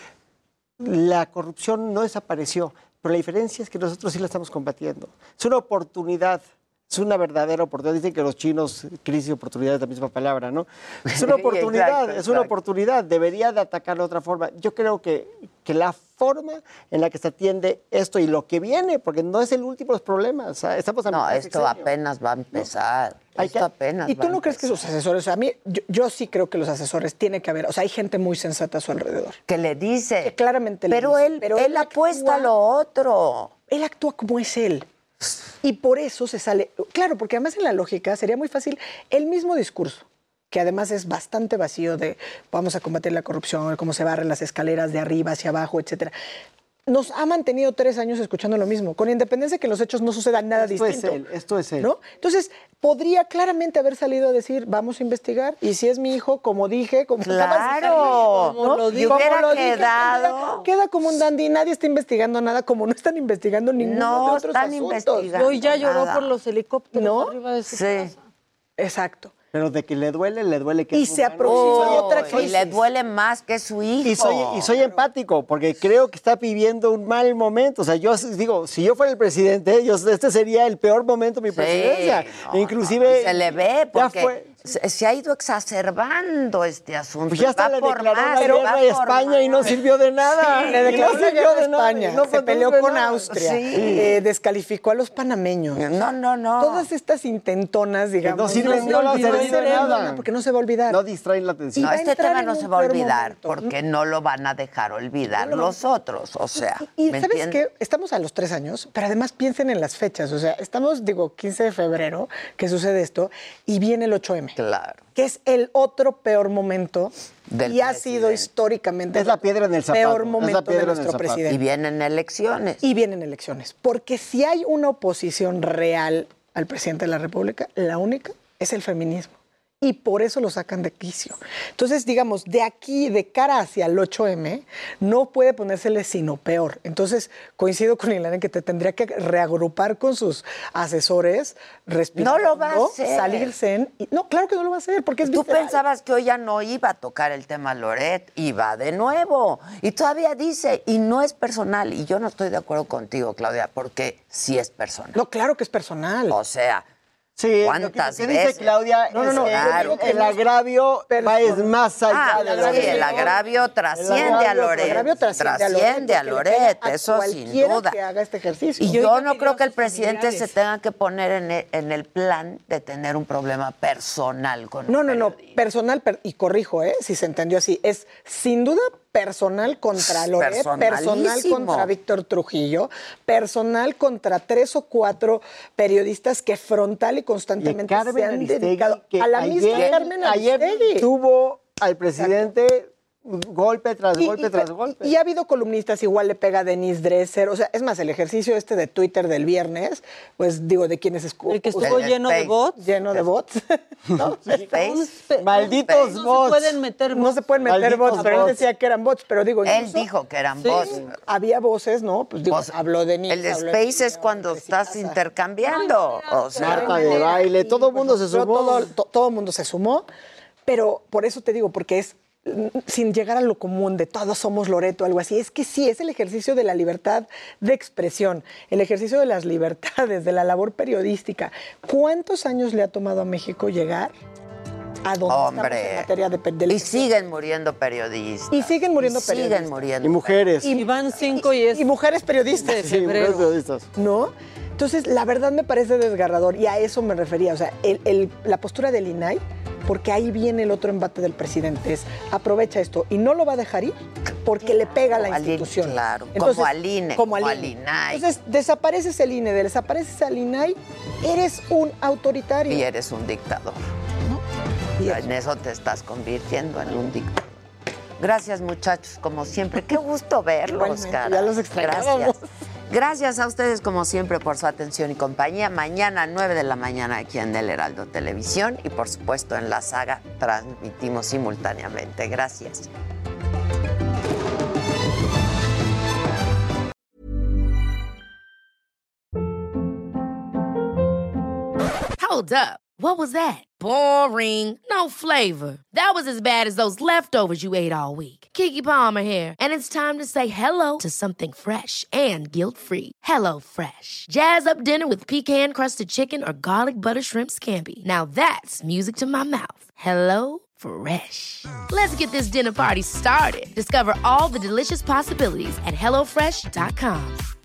la corrupción no desapareció, pero la diferencia es que nosotros sí la estamos combatiendo. Es una oportunidad, es una verdadera oportunidad. Dicen que los chinos, crisis y oportunidad es la misma palabra, ¿no? Es una Sí, oportunidad, exacto, es una exacto. oportunidad. Debería de atacar de otra forma. Yo creo que, que la forma en la que se atiende esto y lo que viene, porque no es el último de los problemas. o sea, Estamos a No, mitad de esto sexenio. apenas va a empezar. Hay Esto que- apenas ¿Y va tú a no crees que sus asesores, o sea, a mí, yo, yo sí creo que los asesores tiene que haber, o sea, hay gente muy sensata a su alrededor. Que le dice. Que claramente le Pero dice, él, él apuesta a lo otro. Él actúa como es él. Y por eso se sale. Claro, porque además en la lógica sería muy fácil el mismo discurso, que además es bastante vacío de vamos a combatir la corrupción, cómo se barren las escaleras de arriba hacia abajo, etcétera. nos ha mantenido tres años escuchando lo mismo, con independencia que en los hechos no suceda nada Esto distinto. es él, esto es él. ¿No? Entonces, podría claramente haber salido a decir, vamos a investigar, y si es mi hijo, como dije, como acabas de Claro. dejar, Como lo dije. hubiera lo dije, quedado. queda, queda como un dandy, nadie está investigando nada, como no están investigando ninguno No de otros están asuntos. investigando Hoy ya lloró nada. por los helicópteros ¿No? arriba de su Sí. casa. Exacto. Pero de que le duele, le duele que Y es un se gran- aproxima Soy- otra soy- crisis. Y le duele más que su hijo. Y soy, y soy empático, porque creo que está viviendo un mal momento. O sea, yo digo, si yo fuera el presidente, yo, este sería el peor momento de mi Sí, presidencia. no, Inclusive... no, y se le ve ya porque fue- se, se ha ido exacerbando este asunto. Pues ya hasta Va le por declaró más, la va guerra a por España y no más. sirvió de nada. Sí, le Y declaró no la sirvió guerra a de nada, España, no se sirvió peleó de con nada. Austria, Sí. eh, descalificó a los panameños. No, no, no. Todas estas intentonas, digamos. no sirven, se no le olvidó sirven de el tema, nada. Porque no se va a olvidar. No distraen la atención. No, va a este entrar tema en no un se va a peor olvidar momento. porque no lo van a dejar olvidar No lo los otros. O sea, Y ¿me ¿sabes entiendes? qué? Estamos a los tres años, pero además piensen en las fechas. O sea, estamos, digo, quince de febrero, que sucede esto, y viene el ocho eme. Claro. Que es el otro peor momento Del y ha sido presidente. históricamente Es la piedra en el zapato, peor es la momento piedra de en el nuestro zapato. presidente. Y vienen elecciones. Y vienen elecciones. Porque si hay una oposición real al presidente de la República, la única es el feminismo. Y por eso lo sacan de quicio. Entonces, digamos, de aquí, de cara hacia el ocho eme, no puede ponérsele sino peor. Entonces, coincido con Ilan en que te tendría que reagrupar con sus asesores, respirar. No lo va a hacer. Salirse en... y- no, claro que no lo va a hacer, porque es Tú visceral. pensabas que hoy ya no iba a tocar el tema Loret, y va de nuevo. Y todavía dice, y no es personal. Y yo no estoy de acuerdo contigo, Claudia, porque sí es personal. No, claro que es personal. O sea, Sí, lo que, ¿cuántas lo que dice veces? Claudia No, no, es no, que claro. el agravio va es más allá Ah, de sí, Loret. el agravio trasciende El agravio- a Loret. El agravio trasciende a Loret, Trasciende a porque le Loret, pega a eso sin cualquiera duda. que haga este ejercicio. Y Yo yo oiga no videos creo que el de sus presidente se familiares. tenga que poner en el, en el plan de tener un problema personal con No, un no, no, periodista. personal, per- y corrijo, ¿eh? Si se entendió así, es sin duda personal contra Loret, personal Personalísimo. contra Víctor Trujillo, personal contra tres o cuatro periodistas que frontal y Y constantemente Carmen se han Aristegui, dedicado que a la misma ayer, Carmen ayer Aristegui. tuvo al presidente golpe tras Y- golpe y- tras golpe. Y ha habido columnistas, igual le pega a Denise Dresser. O sea, es más, el ejercicio este de Twitter del viernes, pues digo, de quienes escuchan. El que estuvo El lleno de Space. bots. Lleno de bots. ¿No? Space. Malditos No bots. se pueden meter No bots. se pueden meter Malditos bots, pero él bots. decía que eran bots. Pero digo, Él incluso dijo que eran Sí. bots. había voces, ¿no? Pues digo, Pues, habló de el Space es cuando estás intercambiando. O sea, Marta de baile, todo el mundo se Pero sumó. Todo, to- todo el mundo se sumó, pero por eso te digo, porque es mm, sin llegar a lo común de todos somos Loreto o algo así, es que sí, es el ejercicio de la libertad de expresión, el ejercicio de las libertades, de la labor periodística. ¿Cuántos años le ha tomado a México llegar a donde estamos en hombre. materia de, de Y siguen muriendo periodistas. Y siguen muriendo Y siguen periodistas. muriendo. Y mujeres. Y van cinco y es y mujeres periodistas? de Sí, mujeres febrero. periodistas. ¿No? Entonces, la verdad me parece desgarrador y a eso me refería. O sea, el- el- la postura del I N A I, porque ahí viene el otro embate del presidente, es aprovecha esto y no lo va a dejar ir porque le pega a la Al I N E, institución. claro, como al I N E, Como al como I N E. al I N A I. Entonces, desapareces el I N E, desapareces al I N A I, eres un autoritario. Y eres un dictador. Y En eso te estás convirtiendo en un dictador. Gracias, muchachos, como siempre. Qué gusto verlos, Igualmente, cara. ya los extrañábamos. Gracias. Gracias a ustedes, como siempre, por su atención y compañía. Mañana, nueve de la mañana, aquí en El Heraldo Televisión. Y, por supuesto, en La Saga transmitimos simultáneamente. Gracias. Hold up. What was that? Boring. No flavor. That was as bad as those leftovers you ate all week. Keke Palmer here, and it's time to say hello to something fresh and guilt-free. Hello Fresh. Jazz up dinner with pecan-crusted chicken or garlic butter shrimp scampi. Now that's music to my mouth. Hello Fresh. Let's get this dinner party started. Discover all the delicious possibilities at hello fresh dot com.